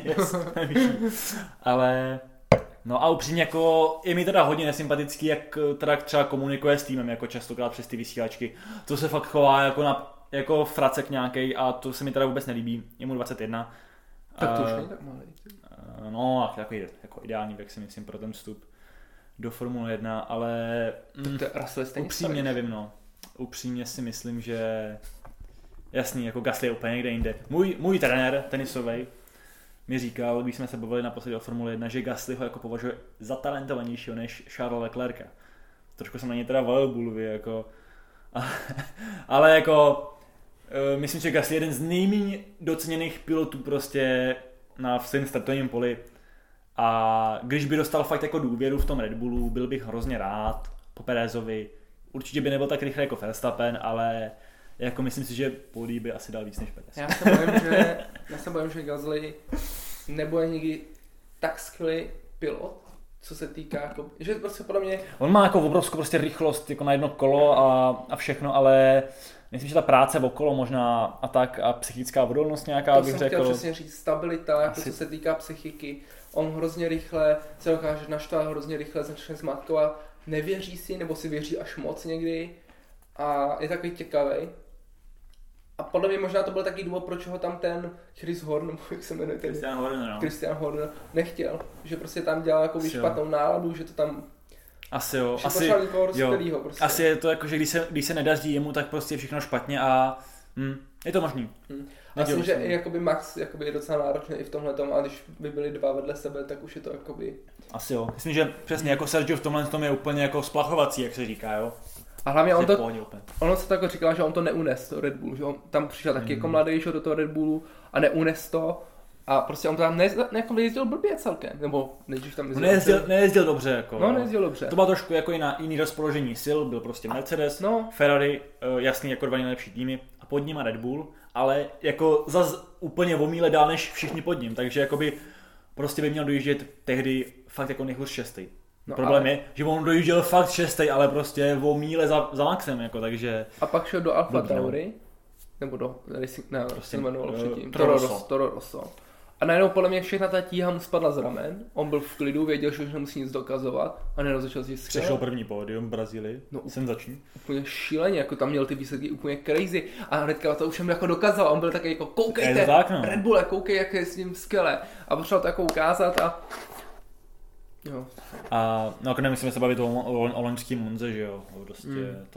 ale... No a upřímně jako je mi teda hodně nesympatický, jak teda třeba komunikuje s týmem, jako častokrát přes ty vysílačky. To se fakt chová jako fracek nějaký a to se mi teda vůbec nelíbí. Je mu 21. Tak to už není tak malý. No, jako ideální věk si myslím pro ten vstup do Formule 1, ale upřímně nevím, no. Upřímně si myslím, že jasný, jako Gasly je úplně někde jinde. Můj trenér tenisovej mi říkal, když jsme se bavili naposledy o Formule 1, že Gasly ho jako považuje za talentovanějšího než Charlesa Leclerca. Trošku jsem na něj teda valil bulvy, jako. Ale jako myslím, že Gasly je jeden z nejméně doceněných pilotů prostě na svém startovním poli. A když by dostal fakt jako důvěru v tom Red Bullu, byl bych hrozně rád po Pérezovi. Určitě by nebyl tak rychle jako Verstappen, ale jako myslím si, že pódií by asi dal víc než Pérez. Já se bojím, že Gasly nebude nikdy tak skvělý pilot, co se týká, jako, že prostě podle mě... On má jako obrovskou prostě rychlost jako na jedno kolo a všechno, ale myslím, že ta práce okolo možná a tak a psychická odolnost nějaká, bych řekl. To jsem chtěl přesně říct, stabilita, jako co se týká psychiky. On hrozně rychle se dokáže naštvat, hrozně rychle začne zmatkovat, nevěří si, nebo si věří až moc někdy a je takový těkavý. A podle mě možná to byl taky důvod, proč ho tam ten Chris Horner, jak se jmenuje ten? Christian Horner nechtěl, že prostě tam dělal jako špatnou náladu, že to tam... Asi jo, prostě. Asi je to jako, že když se nedaří jemu, tak prostě je všechno špatně a je to možný. Myslím, že i jakoby Max jakoby je docela náročný i v tomhletom a když by byli dva vedle sebe, tak už je to jakoby... Asi jo, myslím, že přesně jako Sergio v tomhle tom je úplně jako splachovací, jak se říká, jo. A hlavně ono se tak říkala, že on to neunes, to Red Bull, že on tam přišel taky jako mladý, do toho Red Bullu a neunes to a prostě on tam nejezdil blbě celkem, nebo než tam nejezdil dobře, jako. No, nejezdil dobře. To bylo trošku jako jiný rozpoložení sil, byl prostě Mercedes, Ferrari, jasný jako dva nejlepší týmy a pod ním Red Bull, ale jako zas úplně o míle dál než všichni pod ním, takže jakoby prostě by měl dojíždět tehdy fakt jako nejhůř šestý. No, problém je, že on dojížděl fakt šestý, ale prostě o míle za Maxem, jako, takže... A pak šel do Alfa Tauri, nebo do Racing, ne, prostě se jmenovalo předtím, Toro Rosso. A najednou podle mě všechna ta tíha mu spadla z ramen, on byl v klidu, věděl, že už nemusí nic dokazovat a najednou začal zjistit. Přešel první pódium v Brazílii, senzační. Úplně šíleně, jako tam měl ty výsledky úplně crazy a hnedka to už jim jako dokázal, on byl taky jako koukejte, tak, no. Red Bull, koukej, jak je s ním skvělé a potřeboval to jako ukázat a... Jo. A nakonec musíme se bavit o loňském Monze, že jo, prostě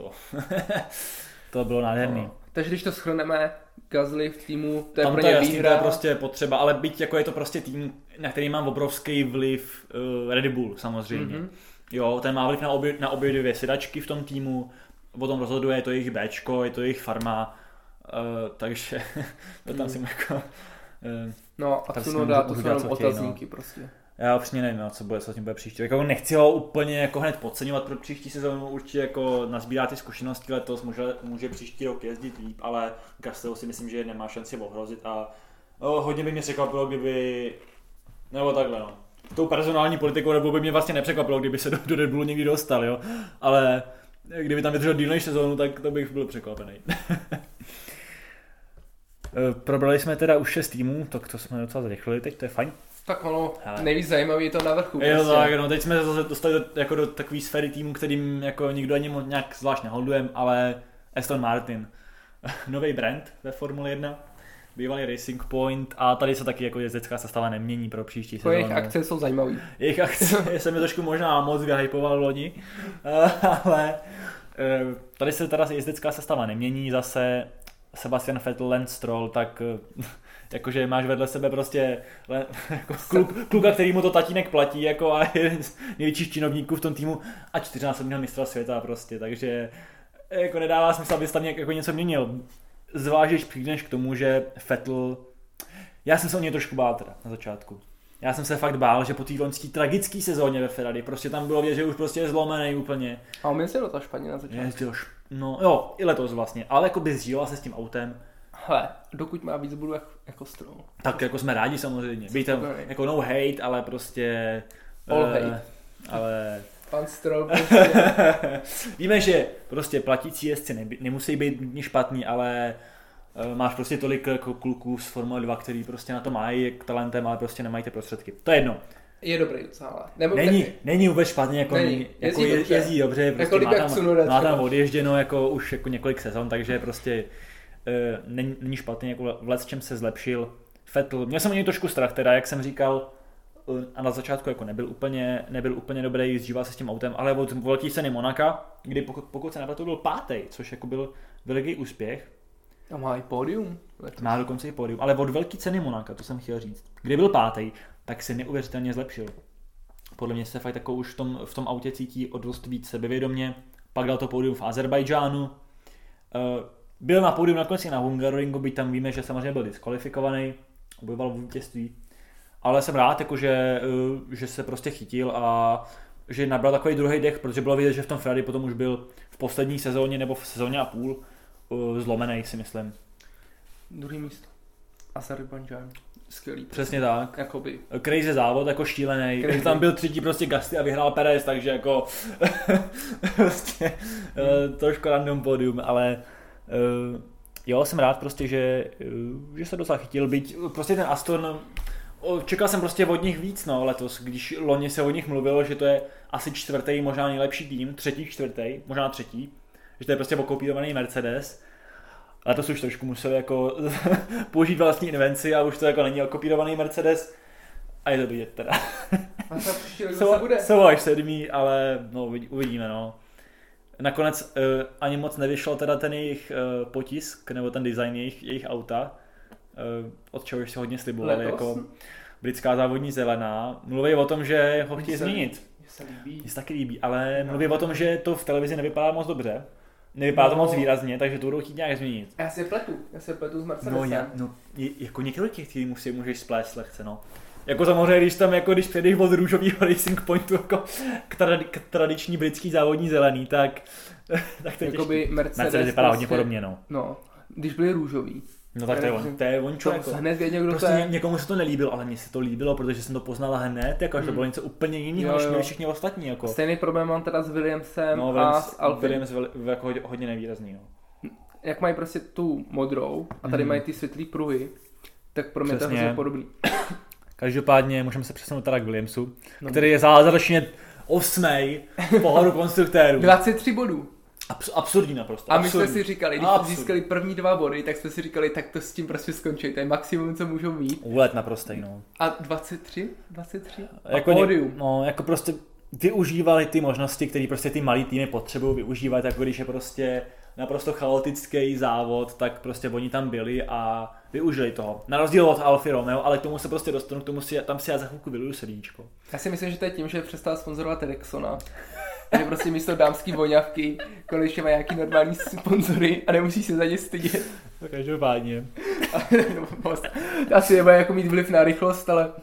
to bylo nádherný. No. Takže když to shrneme, Gasly v týmu, to je tam pro ně To výhra. je prostě potřeba, ale byť jako je to prostě tým, na který mám obrovský vliv Red Bull samozřejmě. Mm-hmm. Jo, ten má vliv na obě dvě sedačky v tom týmu, o tom rozhoduje, je to jejich Bčko, je to jejich farma, takže to tam si jako... no a Tsunoda, to jsou jenom otazníky prostě. Já upřímně nevím, co s tím bude příští. Jako nechci ho úplně jako hned podceňovat pro příští sezónu, určitě jako nazbírá ty zkušenosti letos, může příští rok jezdit líp, ale Gaslyho si myslím, že nemá šanci ohrozit a hodně by mě překvapilo, kdyby, nebo takhle no. Tou personální politikou nebo by mě vlastně nepřekvapilo, kdyby se do Red Bullu někdy dostal, jo, ale kdyby tam vydržel díl než sezónu, tak to bych byl překvapený. Probrali jsme teda už 6 týmů, tak to jsme docela zrychlili teď, to je fajn. Tak ono, nejvíc zajímavý je to na vrchu. Jo, prostě. Tak, no teď jsme se zase dostali do takové sféry týmu, kterým jako nikdo ani nějak zvlášť neholdujeme, ale Aston Martin, nový brand ve Formule 1, bývalý Racing Point a tady se taky jako jezdecká sestava nemění pro příští sezónu. Jejich akce jsou zajímavý. Jejich akce se mi trošku možná moc vyhypoval loni, ale tady se teda jezdecká sestava nemění, zase Sebastian Vettel, Lance Stroll, tak jakože máš vedle sebe prostě jako kluka, který mu to tatínek platí jako a jeden z největších činovníků v tom týmu a 4násobného mistra světa prostě, takže jako nedává smysl, abys tam jako něco měnil. Zvlášť, když přijdeš k tomu, že Vettel, já jsem se o něj trošku bál teda na začátku. Já jsem se fakt bál, že po té loňské tragické sezóně ve Ferrari prostě tam bylo vidět, že už prostě je zlomený úplně. A on jezdil to špatně na začátku. Jezdil, no jo, i letos vlastně, ale jako by zžíval se s tím autem. Hele, dokud má víc budu jako Stroll. Tak jako jsme rádi samozřejmě, být tam jako no hate, ale prostě... All hate. Ale... Pan Stroll prostě... Víme, že prostě platící jezdci nemusí být nutně špatný, ale máš prostě tolik jako kluků z Formule 2, který prostě na to mají talentem, ale prostě nemají ty prostředky. To je jedno. Je dobrý docela. Není vůbec špatně, jako jezdí dobře, prostě jako má tam odježděno jako už jako několik sezon, takže prostě není špatně, jako v lecčem se zlepšil. Vettel, měl jsem o něj trošku strach teda, jak jsem říkal, a na začátku jako nebyl úplně dobrý, zžíval se s tím autem, ale od velké ceny Monaka, kdy pokud se nepletu, byl 5., což jako byl veliký úspěch. A má i pódium. Má dokonce i pódium, ale od velké ceny Monaka, to jsem chtěl říct. Kdy byl 5., tak se neuvěřitelně zlepšil. Podle mě se fakt jako už v tom autě cítí o dost víc sebevědomě. Pak dal to pódium v Azerbajdžánu. Byl na pódium nakonec i na Hungaroringu, byť tam víme, že samozřejmě byl diskvalifikovaný, bojoval v vítězství. Ale jsem rád, jako, že se prostě chytil a že nabral takový druhý dech, protože bylo vidět, že v tom Ferrari potom už byl v poslední sezóně nebo v sezóně a půl zlomený, si myslím. Druhý místo. Azerbajdžán. Skvělý. Přesně tak. Jakoby. Crazy závod, jako šílený. Tam byl třetí prostě Gasly a vyhrál Perez, takže jako prostě trošku random pódium, ale jo, jsem rád prostě, že se docela chytil, byť prostě ten Aston, čekal jsem prostě od nich víc, no, letos, když loni se o nich mluvilo, že to je asi 4., možná nejlepší tým, 3., 4., možná 3., že to je prostě okopírovaný Mercedes. Ale to už trošku museli jako použít vlastní invenci a už to jako není okopírovaný Mercedes a je to vidět teda. A to příští rok zase bude. Jsou až 7., ale no, uvidíme no. Nakonec ani moc nevyšel teda ten jejich potisk nebo ten design jejich auta, od čeho už se hodně slibovali, jako britská závodní zelená. Mluví o tom, že ho chtějí změnit. Mně se taky líbí, ale mluví o tom, že to v televizi nevypadá moc dobře. Nevypadá to moc výrazně, takže to budou chtít nějak změnit. Já se pletu s Mercedesem. Jako některých těch týmů si můžeš splést lehce, no. Jako samozřejmě, když přejdeš od růžového Racing Pointu jako k tradiční britský závodní zelený, tak to je těžký. Mercedes vypadá hodně podobně, no. No, když byli růžový. No tak to je vončo, jako. Hned věděl, kdo prostě to je. Někomu se to nelíbilo, ale mně se to líbilo, protože jsem to poznala hned, jako to bylo něco úplně jiného, než měli všichni ostatní, jako. Stejný problém mám teda s Williamsem a s Alpine. Williams jako hodně nevýrazný, no. Jak mají prostě tu modrou a tady mají ty světlý pruhy, tak pro mě to je hrozně podobný. Každopádně můžeme se přesunout teda k Williamsu, který je zázračně 8. v pohodu konstruktérů. 23 bodů. Absurdní naprosto. A my jsme si říkali, když získali první 2 body, tak jsme si říkali, tak to s tím prostě skončí, to je maximum, co můžou mít. Úlet naprostej, no. A 23? Jako pódium. No, jako prostě využívali ty možnosti, které prostě ty malý týmy potřebují využívat, jako když je prostě naprosto chaotický závod, tak prostě oni tam byli a využili toho. Na rozdíl od Alfy Romeo, ale k tomu se prostě dostanu, tam si já za chvilku vyluju srdíčko. Já si myslím, že to je tím, že přestal sponzorovat Rexona. Že prostě místo dámský voňavky konečně má nějaký normální sponzory a nemusí se za ně stydět. To každopádně. Asi nebude jako mít vliv na rychlost, ale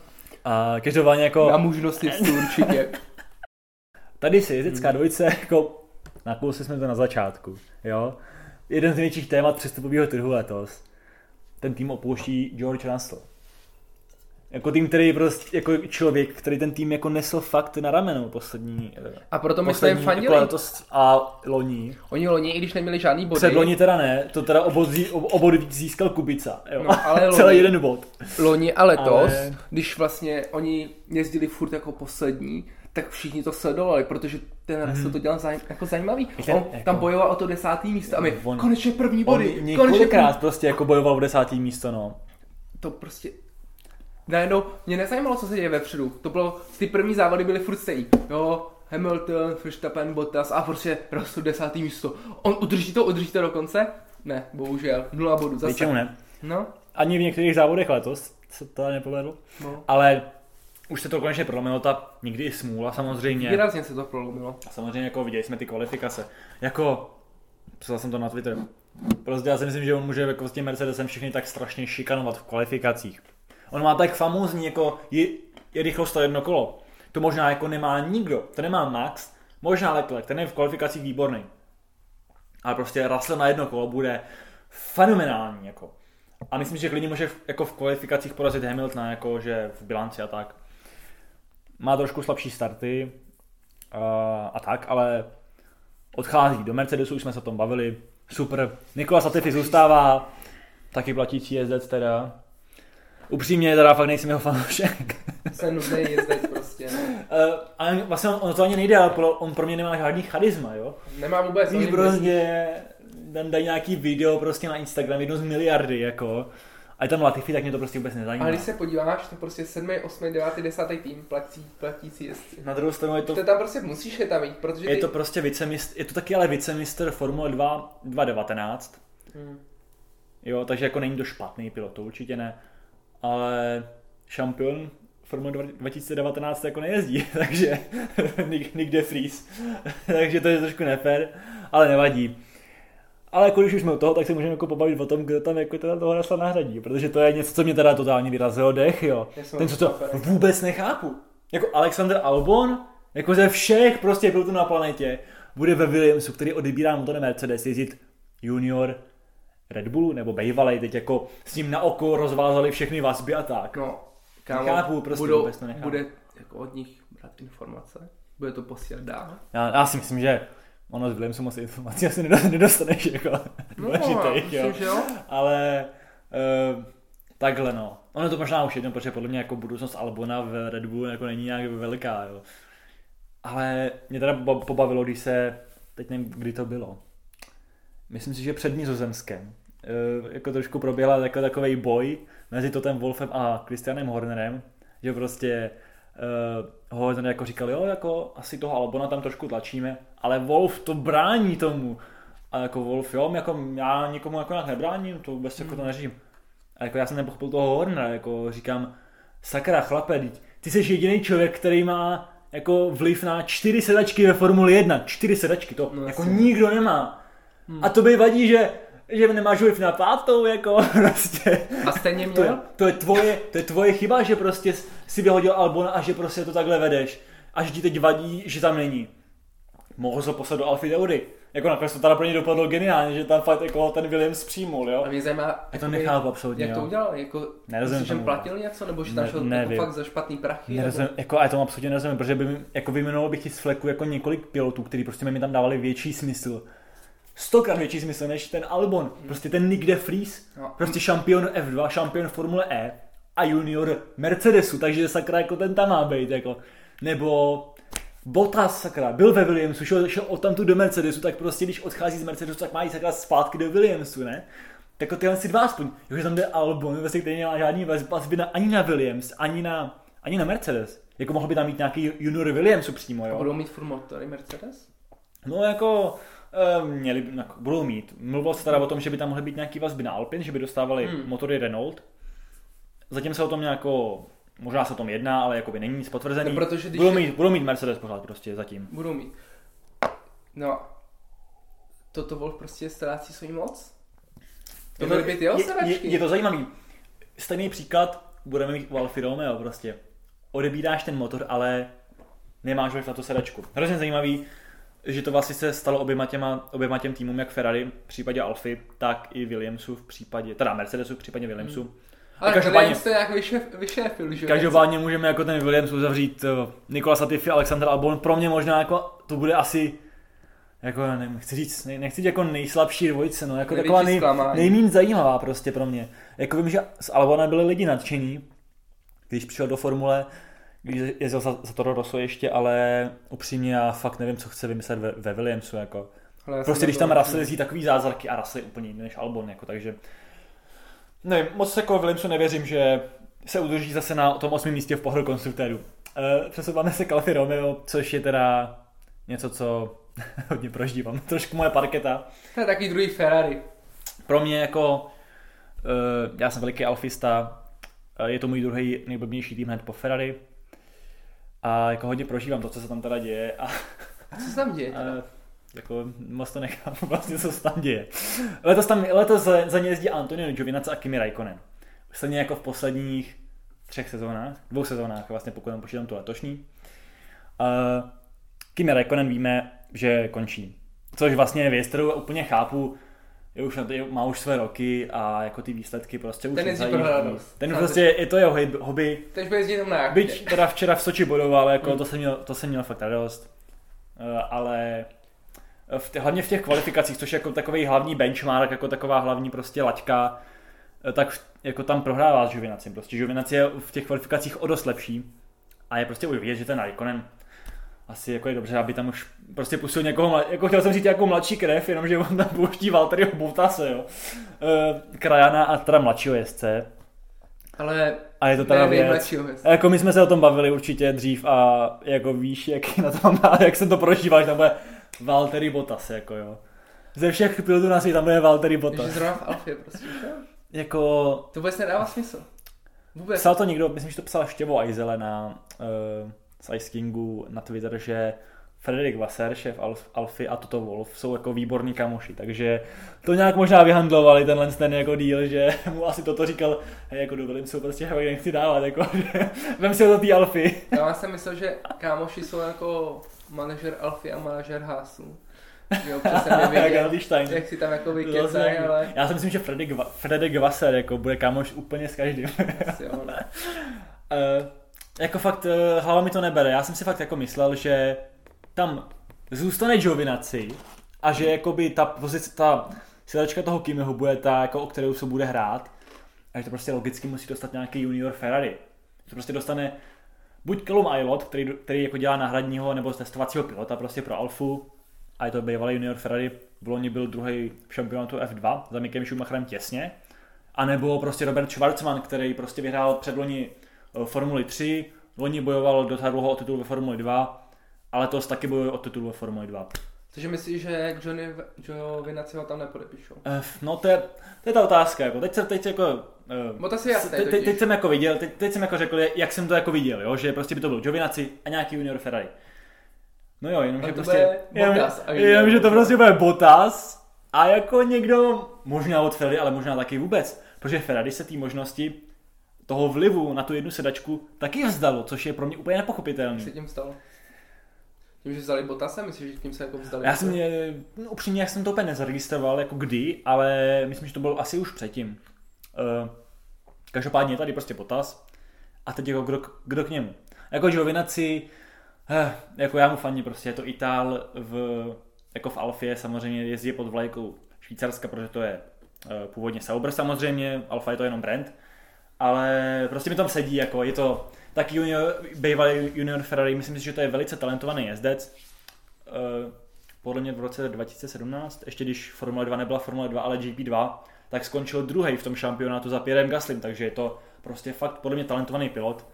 A každopádně jako... Na možnost jezdců určitě. Tady si jezdecká dvojice, jako nakousli jsme to na začátku, jo. Jeden z největších témat přestupového trhu letos. Ten tým opouští George Russell. Jako tým, který prostě, jako člověk, který ten tým jako nesl fakt na ramenu poslední. A proto my jsme jim fandili. Jako letos a loni. Oni loni, i když neměli žádný body. Předloni teda ne, to teda obod víc získal Kubica, jo. No, ale celý jeden bod. Loni a letos, když vlastně oni jezdili furt jako poslední, tak všichni to sledovali, protože ten Russell to dělal jako zajímavý. On tam bojoval o to 10. místo a my konečně první body. Několikrát prostě jako bojoval o 10. místo, no. To prostě... Najednou mě nezajímalo, co se děje vepředu. To bylo, ty první závody byly furt stejný. Jo, Hamilton, Verstappen, Bottas a prostě Russell 10. místo. On udrží to do konce? Ne, bohužel, 0 bodů zase. Ničemu ne. No. Ani v některých závodech letos se to nepovedlo. No. Ale už se to konečně prolomilo, ta nikdy i smůla samozřejmě. Výrazně se to prolomilo. A samozřejmě jako viděli jsme ty kvalifikace. Jako, psal jsem to na Twitter. Prostě já si myslím, že on může jako s tím Mercedesem všechny tak strašně šikanovat v kvalifikacích. On má tak famózní, jako je rychlost to jedno kolo. To možná jako nemá nikdo. To nemá Max, možná Leclerc, ten je v kvalifikacích výborný. Ale prostě Russell na jedno kolo bude fenomenální. Jako. A myslím, že klidně může jako v kvalifikacích porazit Hamiltona, jako že v bilanci a tak. Má trošku slabší starty a tak, ale odchází do Mercedesu, už jsme se o tom bavili. Super. Nicolas Latifi zůstává, taky platící jezdec teda. Upřímně teda fakt nejsem jeho fanoušek. Jsem nutný jezdec prostě. Ale vlastně on to ani nejde, ale on pro mě nemá žádný charisma, jo. Nemá vůbec. Když prostě dají nějaký video prostě na Instagram, 1 z miliardy, jako. A je tam Latifi, tak mě to prostě vůbec nezajímá. Ale když se podíváš, to prostě 7., 8., 9., 10. tým platící jezdci. Na druhou stranu je to... To tam prostě musíš je tam jít, protože je to prostě je to taky ale vicemistr Formule 2 2019. Jo, takže jako není to špatný pilot, to určitě ne. Ale šampion Formule 2019 jako nejezdí, takže nikde freeze. Takže to je trošku nefér, ale nevadí. Ale když už jsme u toho, tak se můžeme jako pobavit o tom, kdo tam jako teda toho Russella nahradí, protože to je něco, co mě teda totálně vyrazilo dech, jo. Ten, co to vůbec nechápu. Jako Alexander Albon, jako ze všech prostě pilotů na planetě, bude ve Williamsu, který odebírá motor Mercedes, jezdit junior Red Bullu, nebo bývalej, teď jako s ním na oko rozvázali všechny vazby a tak. No, kámo, nechápu, prostě vůbec to nechápu. Bude jako od nich brát informace, bude to posílat dál. Já si myslím, že ono z Williamsu moc informací asi nedostaneš, jako důležitých, jo. Myslím, že jo. Ale takhle no. Ono to možná už jedno, protože podle mě jako budoucnost Albona v Red Bullu jako není nějak veliká, jo. Ale mě teda pobavilo, když se, teď nevím, kdy to bylo. Myslím si, že před Nizozemskem jako trošku proběhla jako takovej boj mezi Totem Wolfem a Christianem Hornerem, že prostě Horner jako říkal, jo, jako asi toho Albona tam trošku tlačíme, ale Wolf to brání tomu. A jako Wolf, jo, jako já nikomu jako nějak nebráním, to vůbec jako to neřím. A jako já jsem nepochopil toho Hornera, jako říkám, sakra chlape, ty jsi jediný člověk, který má jako vliv na 4 sedačky ve Formuli 1, 4 sedačky, to no, jako nikdo nemá. A to by vadí, že nemáš vliv na 5, jako prostě. A stejně měl? To je tvoje chyba, že prostě si vyhodil Albona a že prostě to takhle vedeš. A že ti teď vadí, že tam není. Mohl se poslat do Alfy Tauri. Jako nakonec to teda pro ně dopadlo geniálně, že tam fakt jako ten Williams přijmul, jo. A mě zajímá, já to nechápu absolutně, jak to udělal, jako myslíš, že platil něco, nebo že tam šel jako fakt za špatný prachy? Nerozumím, jako, a já tomu absolutně nerozumím, protože by jako vyjmenoval bych z fleku jako několik pilotů, kteří prostě mi tam dávali větší smysl. 100krát větší smysl než ten Albon. Prostě ten Nick de Vries, prostě šampion F2, šampion Formule E a junior Mercedesu, takže sakra jako ten tam má být, jako. Nebo Bottas, sakra, byl ve Williamsu, šel odtamtu do Mercedesu, tak prostě když odchází z Mercedesu, tak má jít sakra zpátky do Williamsu, ne? Tak jako tyhle si dva aspoň, jakože tam jde Albon, vlastně, který nemá žádný vazby ani na Williams, ani na Mercedes. Jako mohl by tam mít nějaký junior Williamsu přímo, jo? A budou mít furt motory Mercedes? No jako budou mít. Mluvilo se teda o tom, že by tam mohly být nějaký vazby na Alpine, že by dostávali motory Renault. Zatím se o tom nějako, možná se o tom jedná, ale jakoby není nic potvrzený. No, protože budou mít Mercedes pořád prostě zatím. Budou mít. No, Toto Wolff prostě ztrácí svůj moc? To byly být jeho sedačky. Je to zajímavý. Stejný příklad budeme mít u Alfy Romeo prostě. odebíráš ten motor, ale nemáš vliv na tu sedačku. Hrozně zajímavý, že to vlastně se stalo oběma těm týmům, jak Ferrari v případě Alfy, tak i Williamsu v případě, teda Mercedesu v případě Williamsu. Ale Williams to nějak vyšéfil, že? Každopádně můžeme jako ten Williams uzavřít Nicolas Latifi, Alexander Albon. Pro mě možná jako to bude asi jako nechci říct jako nejslabší dvojice, no, jako taková nejméně zajímavá prostě pro mě. Jako vím, že z Albona byli lidi nadšení, když přišel do formule, když jezdil za Toro Rosso ještě, ale upřímně já fakt nevím, co chce vymyslet ve Williamsu, jako. Prostě když tam Russell jezdí takový zázraky a Russell je úplně jiný než Albon, jako, takže nevím, moc jako Williamsu nevěřím, že se udrží zase na tom 8. místě v pohledu konstruktérů. Přesouváme se k Alfě Romeo, což je teda něco, co hodně prožívám. Trošku moje parketa. To je taky druhý Ferrari. Pro mě jako, já jsem veliký alfista, je to můj druhý nejblbnější tým hned po Ferrari. A jako hodně prožívám to, co se tam teda děje. A co se tam děje? Jako moc to nechápu vlastně, co se tam děje. Letos za ně jezdí Antonio Giovinazzi a Kimi Räikkönen. Stejně jako v posledních 2 sezónách, vlastně pokud tam počítám tu letošní. Kimi Räikkönen víme, že končí. Což vlastně je věc, kterou úplně chápu. Má už své roky a jako ty výsledky prostě už nezajímají. Ten už prostě je to jeho hobby. Teď bude jezdit na jachtě. Byť teda včera v Soči bodoval, jako to jsem měl fakt radost. Ale hlavně v těch kvalifikacích, což je jako takový hlavní benchmark, jako taková hlavní prostě laťka, tak jako tam prohrává s Giovinazzi. Prostě Giovinazzi je v těch kvalifikacích o dost lepší a je prostě vidět, že ten Räikkönen asi jako je dobře, aby tam už prostě pustil někoho, jako chtěl jsem říct jako mladší krev, jenomže on tam pouští Valtteriho Bottase, jo. Krajana a teda mladšího jezdce. Ale a je to teda věc. Jako my jsme se o tom bavili určitě dřív a jako víš, jak na to mám, jak jsem to prožíval, že tam bude Valtteri Bottas, jako jo. Ze všech pilotů na světě tam bude Valtteri Bottas. Takže zrovna v Alfě prostě, že? Jako to vůbec nedává smysl. Vůbec. Psal to někdo, myslím, že to psal Štěvo Aizele z Ice Kingu na Twitter, že Frederik Vasseur, šéf Alfy a Toto Wolff jsou jako výborní kamoši, takže to nějak možná vyhandlovali ten jako deal, že mu asi toto říkal, hej, jako do Williamsu prostě nechci dávat, jako, že vem si ho do té Alfy. Já jsem myslel, že kámoši jsou jako manažer Alfy a manažer Haasu. Jo, přesně nevěděl, jak si tam jako vykecají, ale... Já si myslím, že Frederik Vasseur jako bude kámoš úplně s každým. Jako fakt hlava mi to nebere, já jsem si fakt jako myslel, že tam zůstane Giovinazzi a že jakoby ta pozice, ta sedačka toho Kimiho bude ta, jako, o kterou se bude hrát a že to prostě logicky musí dostat nějaký junior Ferrari. To prostě dostane buď Callum Aylott, který jako dělá náhradního nebo testovacího pilota prostě pro Alfu a je to bývalý junior Ferrari, v loni byl druhý v šampionátu F2 za Mickem Schumacherem těsně, anebo prostě Robert Schwarzman, který prostě vyhrál předloni Formuli 3, loni bojoval docela dlouho o titul ve Formuli 2, ale to taky bojuje o titul ve Formuli 2. Takže myslíš, že Giovinazzi ho tam nepodepíšou? No to je ta otázka, jako teď jako... Bottas je jasný teď jsem jako viděl, teď jsem jako řekl, jak jsem to jako viděl, jo, že prostě by to byl Giovinazzi a nějaký junior Ferrari. No jo, jenomže prostě... Jenomže to prostě bude Bottas a jako někdo, možná od Ferrari, ale možná taky vůbec, protože Ferrari se té možnosti toho vlivu na tu jednu sedačku taky vzdalo, což je pro mě úplně nepochopitelný. Co se tím stalo? Tím, že vzali Bottase, myslíš, že tím se jako vzdali? Upřímně, jak jsem to úplně nezaregistroval, jako kdy, ale myslím, že to bylo asi už předtím. Každopádně je tady prostě Bottas a teď jako kdo k němu. Jako Giovinazzi, jako já mu fandím, prostě je to Itál jako v Alfě, samozřejmě jezdí pod vlajkou Švýcarska, protože to je původně Sauber samozřejmě, Alfa je to jenom brand, ale prostě mi tam sedí, jako je to taky bývalý junior Ferrari, myslím si, že to je velice talentovaný jezdec. Podle mě v roce 2017, ještě když Formule 2 nebyla Formule 2, ale GP2, tak skončil druhý v tom šampionátu za Pierrem Gaslym, takže je to prostě fakt podle mě talentovaný pilot.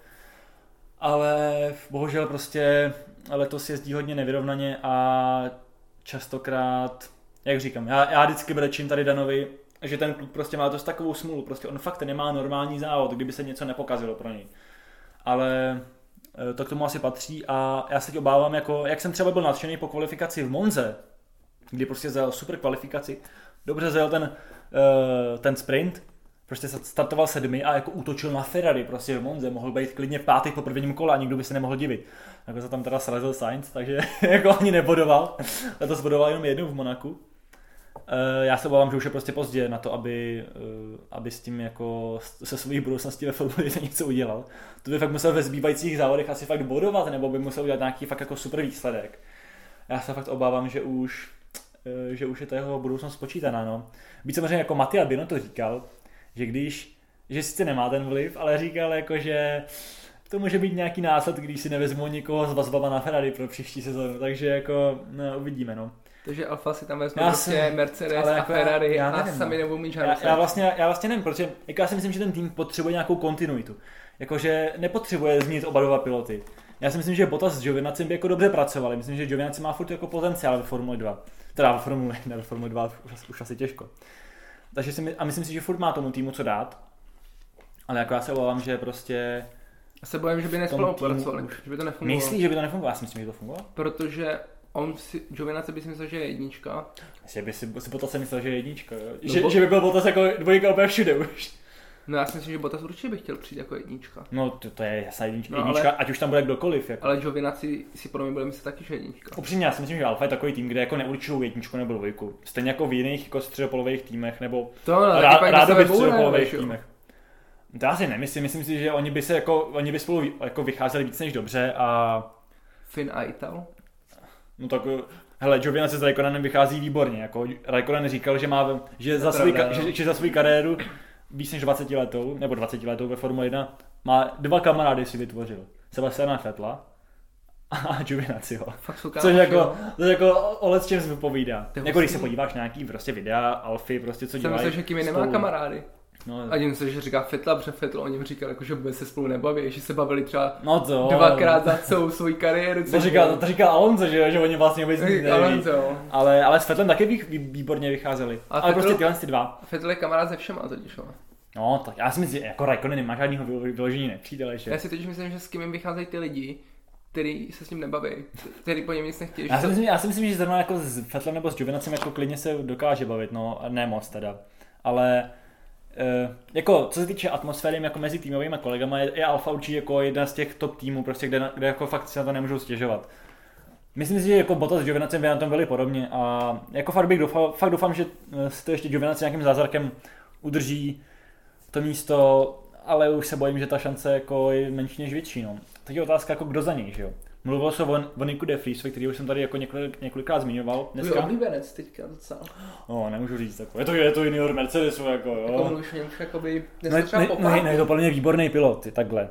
Ale bohužel prostě letos jezdí hodně nevyrovnaně a častokrát, jak říkám, já vždycky brečím tady Danovi, že ten klub prostě má dost takovou smůlu, prostě on fakt nemá normální závod, kdyby se něco nepokazilo pro něj. Ale to k tomu asi patří a já se teď obávám, jako, jak jsem třeba byl nadšený po kvalifikaci v Monze, kdy prostě zajel super kvalifikaci, dobře zajel ten sprint, prostě startoval 7. a jako útočil na Ferrari, prostě v Monze, mohl být klidně 5. po prvním kole a nikdo by se nemohl divit. Jako se tam teda srazil Sainz, takže jako ani nebodoval, letos bodoval jenom jednou v Monaku. Já se obávám, že už je prostě pozdě na to, aby s tím jako se svojí budoucností ve Formule 1 něco udělal. To by fakt musel ve zbývajících závodech asi fakt bodovat, nebo by musel udělat nějaký fakt jako super výsledek. Já se fakt obávám, že už je ta jeho budoucnost spočítaná, no. Víc samozřejmě jako Mattia Binotto říkal, že sice nemá ten vliv, ale říkal jako, že to může být nějaký násled, když si nevezmou někoho s vazbama na Ferrari pro příští sezónu, takže jako no, uvidíme, no. Takže Alfa si tam vezme prostě Mercedes a jako Ferrari já nevím, a sami nebudou mít žádnou. Já vlastně nevím, protože jako já si myslím, že ten tým potřebuje nějakou kontinuitu. Jakože nepotřebuje změnit oba dva piloty. Já si myslím, že Bottas s Giovinazzi by jako dobře pracovali. Myslím, že Giovinazzi má furt jako potenciál ve Formule 2. Teda ve Formule 2 už asi těžko. Takže myslím si, že furt má tomu týmu co dát. Ale jako já se obávám, že prostě... Já se bojím, že by nespolupracovali, že by to nefungovalo. Myslíš, že by to nefungovalo? Já si myslím, že to fungovalo. Protože Giovinazzi by si myslel, že je jednička. Že by si Bottas myslel, že je jednička, jo? Že by byl Bottas jako dvojka úplně všude už. No já si myslím, že Bottas určitě by chtěl přijít jako jednička. No to je jasná jednička, ale, ať už tam bude kdokoliv. Jako. Ale Giovinazzi si podle mě bude myslet taky, že jednička. Upřímně, já si myslím, že Alfa je takový tým, kde jako neurčují jedničku nebo dvojku. Stejně jako v jiných jako středopolových týmech, nebo rádoby středopolových týmech. To já si nemyslím, myslím si, že oni by spolu jako vycházeli víc než dobře a... Finn a Ital? No tak, hele, Giovinazzi s Raikkonenem vychází výborně, jako Raikkonen říkal, že za svou kariéru víc než 20 letou, nebo 20 letou ve Formule 1, má 2 kamarády si vytvořil. Sebastiana Vettela a Giovinazziho. Což jako o let s čem vypovídá. Jako když se podíváš na nějaký prostě videa, Alfy, prostě co dělají. Jsem myslel, že Kimi nemá kamarády. No, a tím se, že říká Vettela, protože Vettel o něm říkal, jako, že vůbec se spolu nebaví, že se bavili třeba dvakrát za celou svou kariéru. To říká Alonso, že oni vlastně vůbec neví. Ale s Vettelem taky výborně vycházeli. Ale prostě tyhle dva. Vettel je kamarád se všema totiž. No, tak já si myslím, že jako Raikkonen nemá žádnýho vyložení nepřítele. Já si totiž myslím, že s kým vycházejí ty lidi, který se s ním nebaví, který po něm nic nechtějí. Já si myslím, že zrovna jako s Vettelem nebo s Giovinazzim jako klidně se dokáže bavit, no, ne moc teda. Ale jako co se týče atmosféry jako mezi týmovými kolegama, je Alfa určitě jako jedna z těch top týmů, prostě, kde jako fakt si na to nemůžou stěžovat. Myslím si, že jako Bottas s Giovinazzim by na tom byli podobně a jako fakt doufám, že si to ještě Giovinazzi nějakým zázrakem udrží to místo, ale už se bojím, že ta šance jako je menší než větší. No. Teď je otázka, jako kdo za něj, že jo? Mluvil se o Niku de Vriesovi, který už jsem tady jako několikrát zmiňoval dneska. Je oblíbenec teďka docela. No, nemůžu říct jako. Je to junior Mercedesu jako, jo. Jako mluvíš o něm už jakoby ne, je to plně výborný pilot, takhle.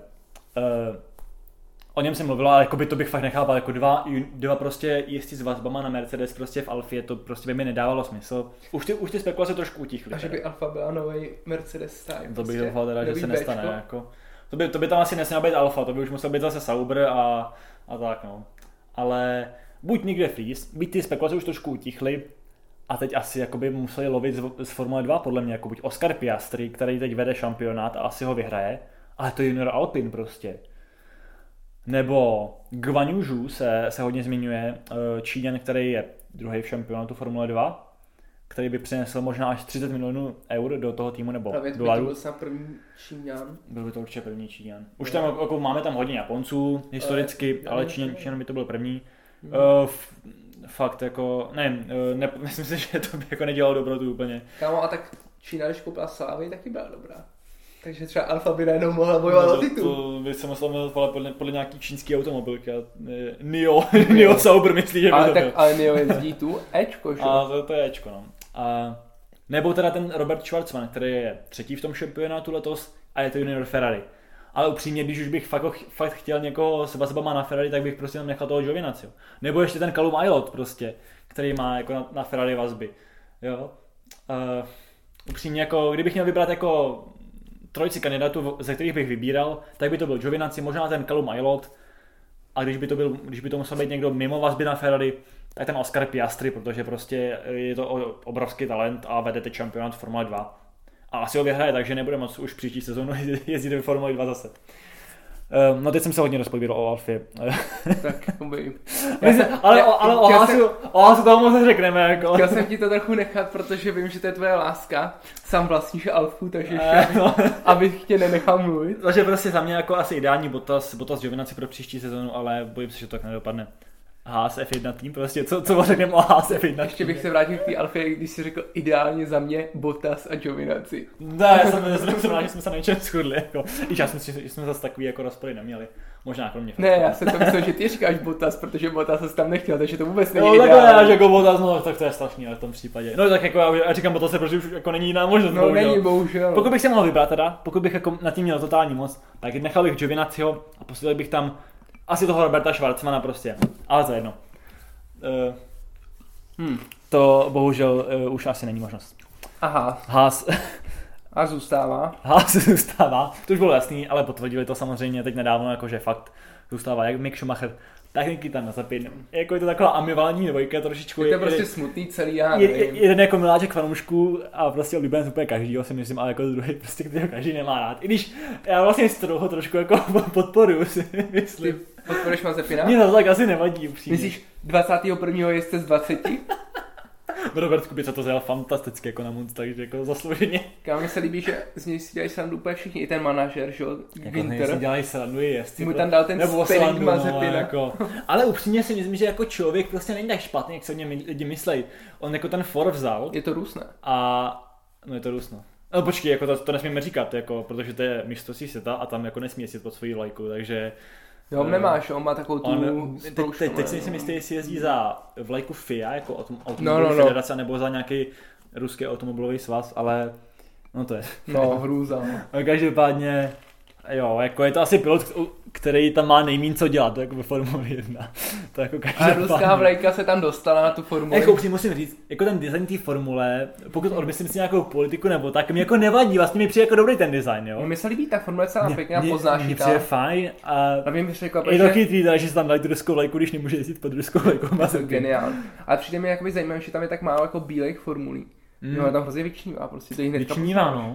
O něm jsem mluvil, ale to bych fakt nechápal, jako dva prostě jezdci s vazbama na Mercedes prostě v Alfě, to prostě by mi nedávalo smysl. Už ty spekulace trošku utichly. A že by Alfa byla nový Mercedes style. To bych doufal teda, že se nestane, jako. To by tam asi nesměla být Alfa, to by už musel být zase Sauber a tak no. Ale buď Nick de Vries, byť ty spekulace už trošku utichly a teď asi jakoby museli lovit z Formule 2 podle mě, jako buď Oscar Piastri, který teď vede šampionát a asi ho vyhraje, ale to je junior Alpine prostě. Nebo Guan Yu Zhou se hodně zmiňuje, Číňan, který je druhý v šampionátu Formule 2, který by přinesl možná až 30 milionů eur do toho týmu nebo dolarů. Byl to první Číňan. Byl by to určitě první Číňan. Už tam jako, máme tam hodně Japonců historicky, ale Číňan by to byl první. Fakt jako, myslím si, že to by jako nedělalo dobrotu úplně. Kámo, a tak Čína, když koupila Slávy, taky byla dobrá. Takže třeba Alfa by najednou mohla bojovat o titul. To by se musel jmenovat podle nějaký čínský automobilky. Nio Sauber myslí, že by to byl. Ale Nio jezdí tu Ečko, že? A to je Ečko, no. Nebo teda ten Robert Schwarzman, který je třetí v tom šampionátu letos a je to junior Ferrari. Ale upřímně, když už bych fakt chtěl někoho s vazbama na Ferrari, tak bych prostě tam nechal toho Giovinazziho. Nebo ještě ten Callum Aylott prostě, který má jako na Ferrari vazby. Jo. Upřímně, jako, kdybych měl vybrat jako trojici kandidátů, ze kterých bych vybíral, tak by to byl Giovinazzi, možná ten Callum Aylott, a když by to musel být někdo mimo vazby na Ferrari, tak ten Oscar Piastri, protože prostě je to obrovský talent a vede teď šampionát Formule 2. A asi ho vyhraje, takže nebude moc už příští sezónu jezdit ve Formule 2 zase. No teď jsem se hodně rozpovídal o Alfě. Tak jakoby... Ale o Hásu toho moc neřekneme. Jako. Chtěl jsem ti to trochu nechat, protože vím, že to je tvoje láska. Sám vlastníš Alfu, takže abych tě nenechal mluvit. Takže prostě za mě jako asi ideální Bottas Giovinazzi pro příští sezónu, ale bojím se, že to tak nedopadne. Haas F1 tým, prostě, co řekneme o Haas F1 Ještě bych se vrátil k té Alfě, když jsi řekl ideálně za mě Bottas a Giovinazzi. Ne, já jsem rád, že jsme se na něčem shodli, jako, i já jsem si, že jsme zase takový jako rozpory neměli, možná kromě. Ne, já jsem to myslel, že ty říkáš Bottas, protože Bottas se tam nechtěl, takže to vůbec není no, ideální. No takhle jako Bottas, no tak to je strašný, ale v tom případě. No tak jako já říkám Bottas, protože už jako není jiná možnost. No není, bohužel. Pokud bych se mohl vybrat teda, pokud bych jako na tím měl totální moc, tak nechal bych Giovinazziho a postavil bych tam asi toho Roberta Schwarzmana prostě, ale to jedno. To bohužel už asi není možnost. Aha. Haas. A zůstává. Haas zůstává. To už bylo jasný, ale potvrdili to samozřejmě teď nedávno, jakože fakt zůstává jak Mick Schumacher. Techniky tam Mazepin. Jako je to taková ambivalentní dvojka trošičku. Je to prostě smutný celý, já nevím. Jeden jako miláček fanoušků a prostě oblíbenec úplně každýho si myslím, ale jako druhý prostě, kterého každý nemá rád. I když já vlastně z toho trošku jako podporuju si myslím. Ty podporuješ Mazepina? Mně to tak asi nevadí upřímně. Myslíš 21. jezdce z 20? Robert Kubica to zjel fantasticky jako na Monc, takže jako zaslouženě. Mně se líbí, že z něj si dělají srandu úplně všichni, i ten manažer, že jo, Winter. Jako si dělají srandu i jezdci. Mu tam dal ten spinning Mazepina. No, jako. Ale upřímně si myslím, že jako člověk prostě není tak špatný, jak se o něm lidi myslejí. On jako ten for vzal. Je to Rus, ne? A no je to Rus, no. No počkej, jako to nesmíme říkat, jako, protože to je mistrovství světa a tam jako nesmí jezdit pod svojí vlajku, takže... Jo, nemáš, on má takovou tu teď si myslím, jestli jezdí za vlajku FIA, jako automobilovou federace, nebo za nějaký ruský automobilový svaz, ale no to je. No, hrůza. Každopádně, jo, jako je to asi pilot, který tam má nejméně co dělat, jako ve Formuli 1. To jako a ruská vlajka se tam dostala na tu formuli. Jako musím říct, jako ten design té formule, pokud odmyslím si nějakou politiku nebo tak, mi jako nevadí, vlastně mi přijde jako dobrý ten design, jo. Mně se líbí, ta formule je celá pěkná, poznáš ji. Mně fajn a je to chytrý, že si tam dají tu ruskou vlajku, když nemůže jezdit pod ruskou vlajkou. Geniál. Ale přijde mi jakoby zajímavé, že tam je tak málo jako bílých formulí. No, tam hrozně vyčnívá, prostě to jich hnedka no.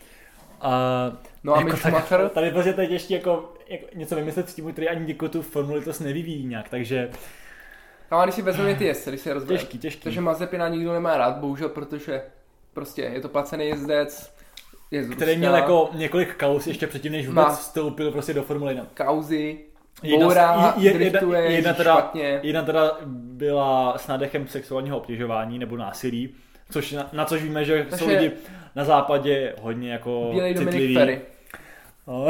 No a Mick Schumacher? Tady prostě teď ještě jako něco vymyslet s tím, který ani jako tu formuli to nevyvíjí nějak, takže... No a když si vezmeme ty jezdce, když se rozbere. Těžký. Takže Mazepina nikdo nemá rád, bohužel, protože prostě je to placený jezdec, který měl jako několik kauz ještě předtím, než vůbec vstoupil prostě do Formule 1. Kauzy, bourá, driftuje, špatně. Jedna teda byla s nádechem sexuálního obtěžování nebo násilí, na což víme, že jsou lidi na západě hodně jako citliví. Ferry. No.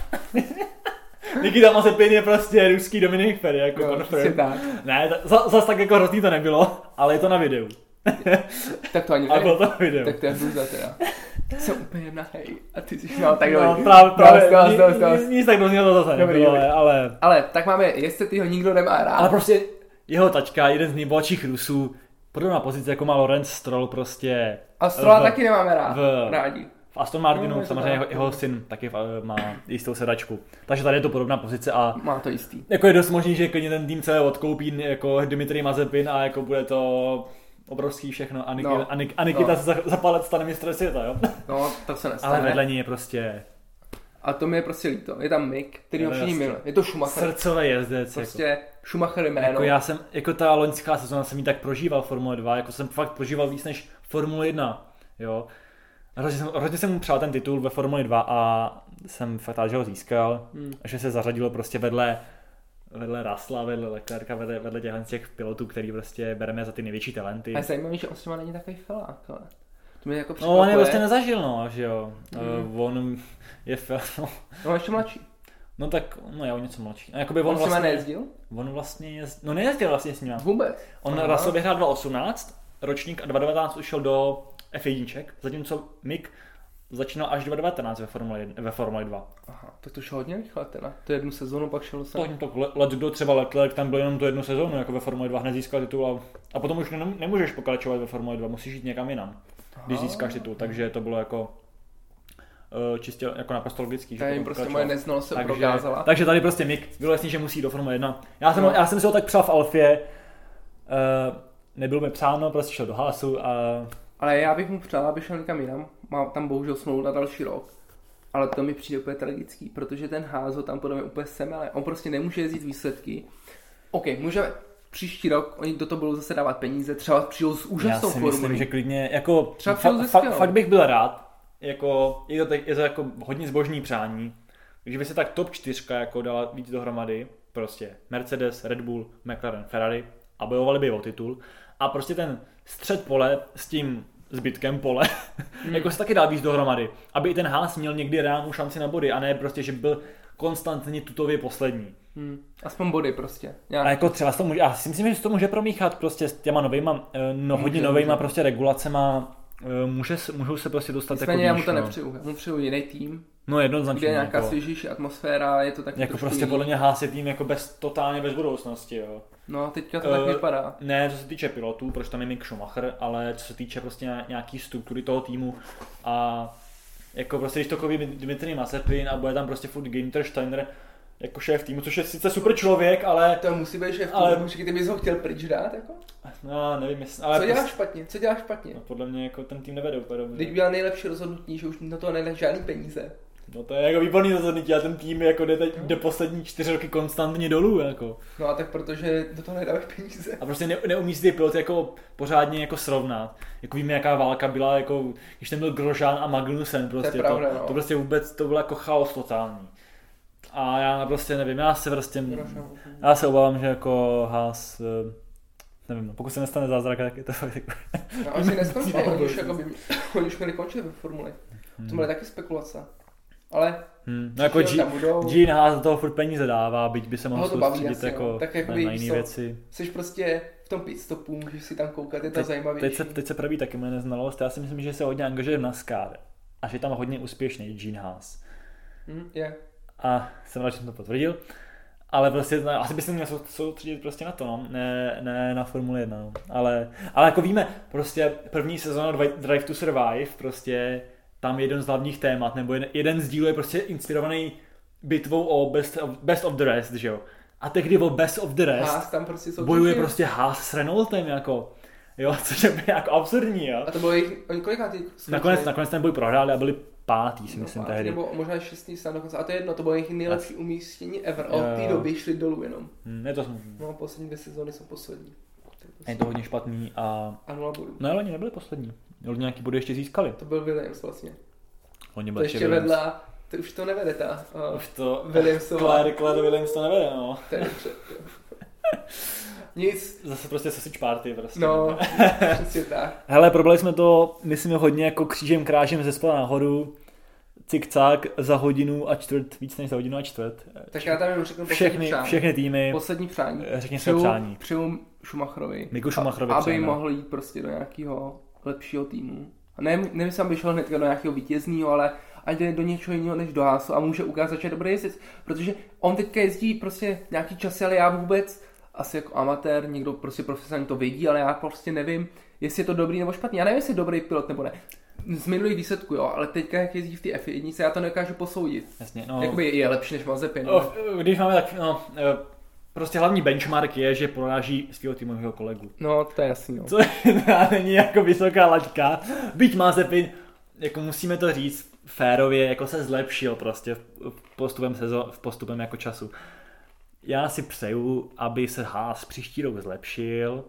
Nikita Mazepin je prostě ruský Dominik Ferry, jako confirm. Ne, zas tak jako hrozný to nebylo, ale je to na videu. Tak to ani nevím. Ale bylo to na videu. Tak to je hrůza teda. Jsem úplně nahej a ty jsi no, tak no, právě nic tak hrozného to zase nebylo, ale tak máme, jestli ty ho nikdo nemá rád. Ale prostě jeho tačka, jeden z nejbohatších Rusů, podobná pozice jako má Lorenz Stroll prostě. A Strolla taky nemáme rádi. V Aston Martinu samozřejmě jeho syn taky má jistou sedačku. Takže tady je to podobná pozice a má to jistý. Jako je dost možný, že klidně ten tým celé odkoupí jako Dmitrij Mazepin a jako bude to obrovský všechno a Nikita se za pár let stane mistrem světa, jo? No, to se nestane. Ale vedle ní je prostě... A to mi je prostě líto. Je tam Mick, který ho všichni miluje. Je to Schumacher. Srdcový jezdec. Prostě jako. Schumacher jméno. Jako já jsem, jako ta loňská sezóna jsem jí tak prožíval Formule 2, jako jsem fakt prožíval víc než Formule 1, jo. Hrozně jsem mu přál ten titul ve Formuli 2 a jsem fakt rád, že ho získal, a že se zařadilo prostě vedle Russella, vedle Leclerca, vedle těch pilotů, který prostě bereme za ty největší talenty. A je zajímavý, že on s těma není takový felák, ale to mě jako překvapuje. No on je vlastně nezažil, no, že jo. On je No ještě mladší. No tak, no já o něco mladší. A jakoby on vlastně nejezdil? On vlastně nejezdil vlastně s ním. Vůbec? On Russell běhal 2018, ročník a 2019 ušel do F1, zatímco Mick začínal až 2019 ve Formule 2. Aha, tak to šlo hodně rychle teda. To jednu sezónu pak šel se. To třeba Leclerc tam byl jenom tu jednu sezónu, jako ve Formule 2 hned získal titul a potom už nemůžeš pokračovat ve Formule 2, musíš jít někam jinam, když získáš titul, takže to bylo jako čistě jako naprosto logický. Tady jim prostě moje neznalost se prokázala. Takže tady prostě Mick, bylo jasný, že musí do Formule 1. Já jsem si ho tak přál v Alfě, nebylo mi přáno, prostě šel do Haasu a... Ale já bych mu přál, aby šel někam jinam. Má tam bohužel smlouvu na další rok. Ale to mi přijde úplně tragický, protože ten Haas ho tam podle mě úplně semele. On prostě nemůže jezdit výsledky. OK, můžeme příští rok, oni do toho budou zase dávat peníze, třeba přijdou s úžasnou formou. Já si myslím, že klidně, jako fakt bych byl rád, jako, je to jako hodně zbožný přání, když by se tak top 4 jako dala víc dohromady, prostě Mercedes, Red Bull, McLaren, Ferrari a bojovali by o titul a prostě ten střed pole s tím zbytkem pole, jako se taky dá víc dohromady, aby i ten Haas měl někdy reálnou šanci na body a ne prostě, že byl konstantně tutově poslední. Aspoň body prostě. A jako třeba to může, já si myslím, že se to může promíchat prostě s těma novejma, hodně novejma prostě regulacema, můžou se prostě dostat jako já mu to nepřeju, já mu přeju jiný tým. No jednoznačně. Kde je nějaká svěžější atmosféra, je to taky jako prostě podle mě Haas je tým jako totálně bez budoucnosti, jo. No teďka to tak vypadá. Ne, co se týče pilotů, protože tam je Mick Schumacher, ale co se týče prostě nějaký struktury toho týmu a jako prostě když to koví Dmitry Mazepin a bude tam prostě furt Günther Steiner jako šéf týmu, což je sice super člověk, ale... To musí být šéf týmu, že ty bys ho chtěl pryč dát, jako? No, nevím, jestli... Ale Co děláš špatně? No, podle mě jako ten tým nevede úplně dobře. Teď udělal nejlepší rozhodnutí, že už na to nedá žádný peníze. No to je jako výborný rozhodnutí a ten tým jako jde poslední 4 roky konstantně dolů, jako. No a tak protože do toho nedávají peníze. A prostě neumí si ty piloty jako pořádně jako srovnat. Jako víme, jaká válka byla, jako když ten byl Grosjean a Magnussen, prostě to je pravda, no. To prostě vůbec, to bylo jako chaos totální. A já prostě nevím, já se obávám, že jako Haas, nevím, no, pokud se nestane zázrak, tak je to fakt jako... No asi neskončí, oni už měli končit ve formuli. To byly taky spekulace. Ale no jako Gene Haas do toho furt peníze dává, byť by se mohl soustředit jako na jiné věci. Jsi prostě v tom pitstopu, můžeš si tam koukat, je to zajímavější. Teď se praví taky moje neznalost, já si myslím, že se hodně angažuje v NASCAR a že je tam hodně úspěšný Gene Haas. Je. A jsem rád, že jsem to potvrdil. Ale prostě, asi bych se měl soustředit prostě na to, no. Ne na Formule 1, no. Ale jako víme, prostě první sezóna Drive to Survive, prostě tam jeden z hlavních témat, nebo jeden z dílů je prostě inspirovaný bitvou o Best of the Rest, že jo. A tehdy o Best of the Rest Haas tam prostě bojuje prostě Haas s Renaultem, jako. Jo, což je jako absurdní, jo. A to bylo jich, oni kolikátý nakonec ten boj prohráli a byli 5. si myslím tehdy. Nebo možná 6. snad dokonce. A to je jedno, to bylo jejich nejlepší umístění ever. A od té doby šli dolů jenom. Je to smutný. No, poslední 2 sezóny jsou poslední. Je to hodně špatný a 0 bodů. No ale oni nebyli poslední. Oni nějaký body ještě získali. To byl Williams vlastně. Oni to ještě vedla, to už to nevede ta. Už to Williamsová. Claire Williams to nevede, no. To je dobře. Nic. Zase prostě sausage party prostě. No, přesně tak. Hele, probrali jsme to, myslím, hodně jako křížem krážem ze spoda nahoru. Cik-cak za hodinu a čtvrt, víc než za hodinu a čtvrt. Tak já tam jenom řeknu všechny týmy. Poslední přání. Řekni své přání. Přeju Schumacherovi. Miku Schumacherovi aby mohl jít prostě do nějakého lepšího týmu. A nemyslím, aby šel hnedka do nějakého vítězního, ale ať jde do něčeho jiného než do Haasu a může ukázat, že je dobrý jezdec. Protože on teďka jezdí prostě nějaký časy, ale já vůbec asi jako amatér, někdo prostě profesionálně to vidí, ale já prostě nevím, jestli je to dobrý nebo špatný. Já nevím, jestli je dobrý pilot nebo ne. Z minulých výsledků, jo, ale teďka jak jezdí v té F1, já to nedokážu posoudit. Jasně, no. Jakoby je lepší než Mazepin. Když máme tak, prostě hlavní benchmark je, že poráží svého týmového kolegu. No, to je jasný, no. Co není jako vysoká laťka. Byť Mazepin, jako musíme to říct, férově, jako se zlepšil prostě postupem jako času. Já si přeju, aby se Haas příští rok zlepšil.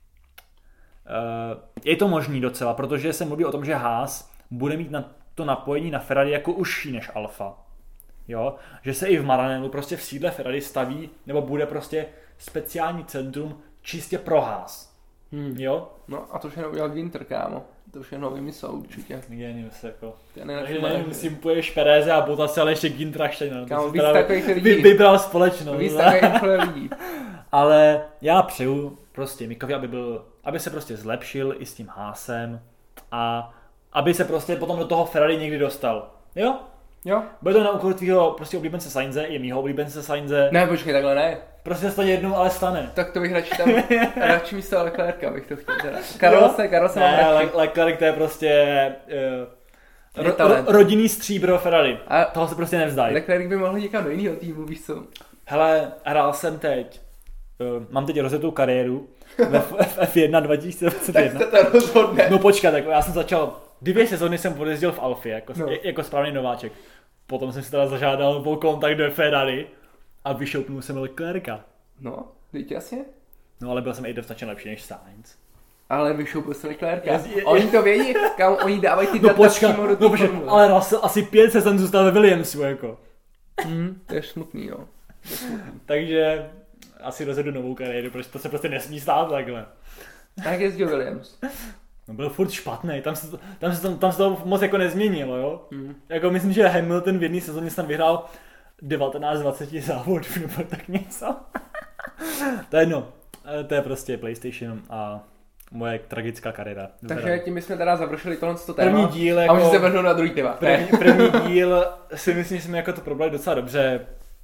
Je to možný docela, protože se mluví o tom, že Haas bude mít na to napojení na Ferrari jako užší než Alfa. Jo? Že se i v Maranellu prostě v sídle Ferrari staví, nebo bude prostě speciální centrum čistě pro Haas. Jo? No a to všechno udělal Günther, kámo. To všechno vymyslel určitě. Genius, jako. Takže nevím, si půjdeš Pereze a Bottas, ale ještě Günther Steiner. Kámo, víc takových lidí. Vybral společnost. Víc takových lidí. Ale já přeju prostě Mikovi, aby se prostě zlepšil i s tím Haasem a aby se prostě potom do toho Ferrari někdy dostal. Jo? Jo. Bude to na úkol tvýho prostě oblíbence Sainze, i mýho oblíbence Sainze. Ne, počkej, takhle ne. Prostě stane jednou, ale stane. Tak to bych radši místo Leclerca bych to chtěl teda. Karlose mám radši. Leclerc to je prostě rodinný stříbro Ferrari. A toho se prostě nevzdají. Leclerc by mohl někam do jiného týmu, víš co? Hele, hrál jsem teď. Mám teď rozjetou kariéru ve F1 2021. Tak to rozhodne. No počkat, jako já jsem začal 2 sezony jsem podjezdil v Alfě, jako správný nováček. potom jsem si teda zažádal o kontakt do Ferrari a vyšoupnul jsem Leclerca. No, teď jasně. No ale byl jsem i dostatečně lepší než Sainz. Ale vyšoupil se Leclerca. Oni to vědí, kam oni dávají ty no data přímo do té formule. Ale Russell asi 5 sezon zůstal ve Williamsu, jako. To je smutný, no. Takže asi rozjedu novou kariéru, protože to se prostě nesmí stát takhle. Tak jezdil Williams. No byl furt špatný, tam se to moc jako nezměnilo, jo. Jako myslím, že Hamilton v jedné sezóně snad vyhrál 19-20 závodů, nebo tak něco. To je jedno, to je prostě PlayStation a moje tragická kariéra. Takže tím bychom teda završili tohle téma. První díl jako... A můžeme se vrhnout na druhý téma. První díl si myslím, že jsme jako to probrali docela dobře.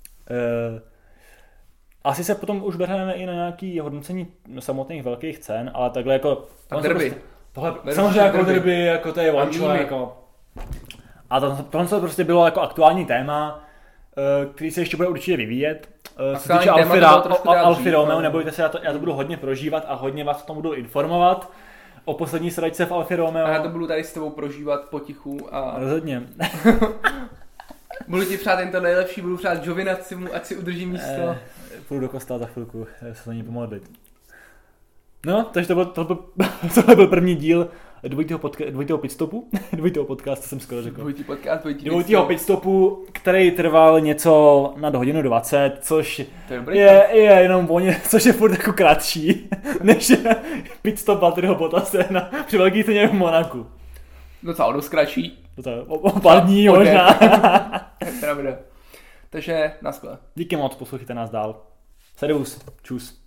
Asi se potom už bereme i na nějaký hodnocení samotných velkých cen, ale takhle jako... A derby. Samozřejmě jako derby, jako to je one jako... A tohle to prostě bylo jako aktuální téma, který se ještě bude určitě vyvíjet. Co se týče Alfa Romeo, nebojte se, já to budu hodně prožívat a hodně vás o tom budu informovat. O poslední sračce v Alfa Romeo. A já to budu tady s tebou prožívat potichu a... Rozhodně. Budu ti přát jen to nejlepší, budu přát Giovinacimu, ať si udrží místo. Půjdu do kostela za chvilku, se za ní pomodlit. No, takže tohle byl první díl dvojitého pitstopu. Dvojitého podcastu jsem skoro řekl. Dvojitého pitstopu, který trval něco nad 1:20, což je jenom což je furt jako kratší, než pitstop Valtteriho Bottase při velký ceně v Monaku. Docela dost kratší. O pár dní možná. Pravda. Takže naschle. Díky moc, poslouchejte nás dál. Servus, čus.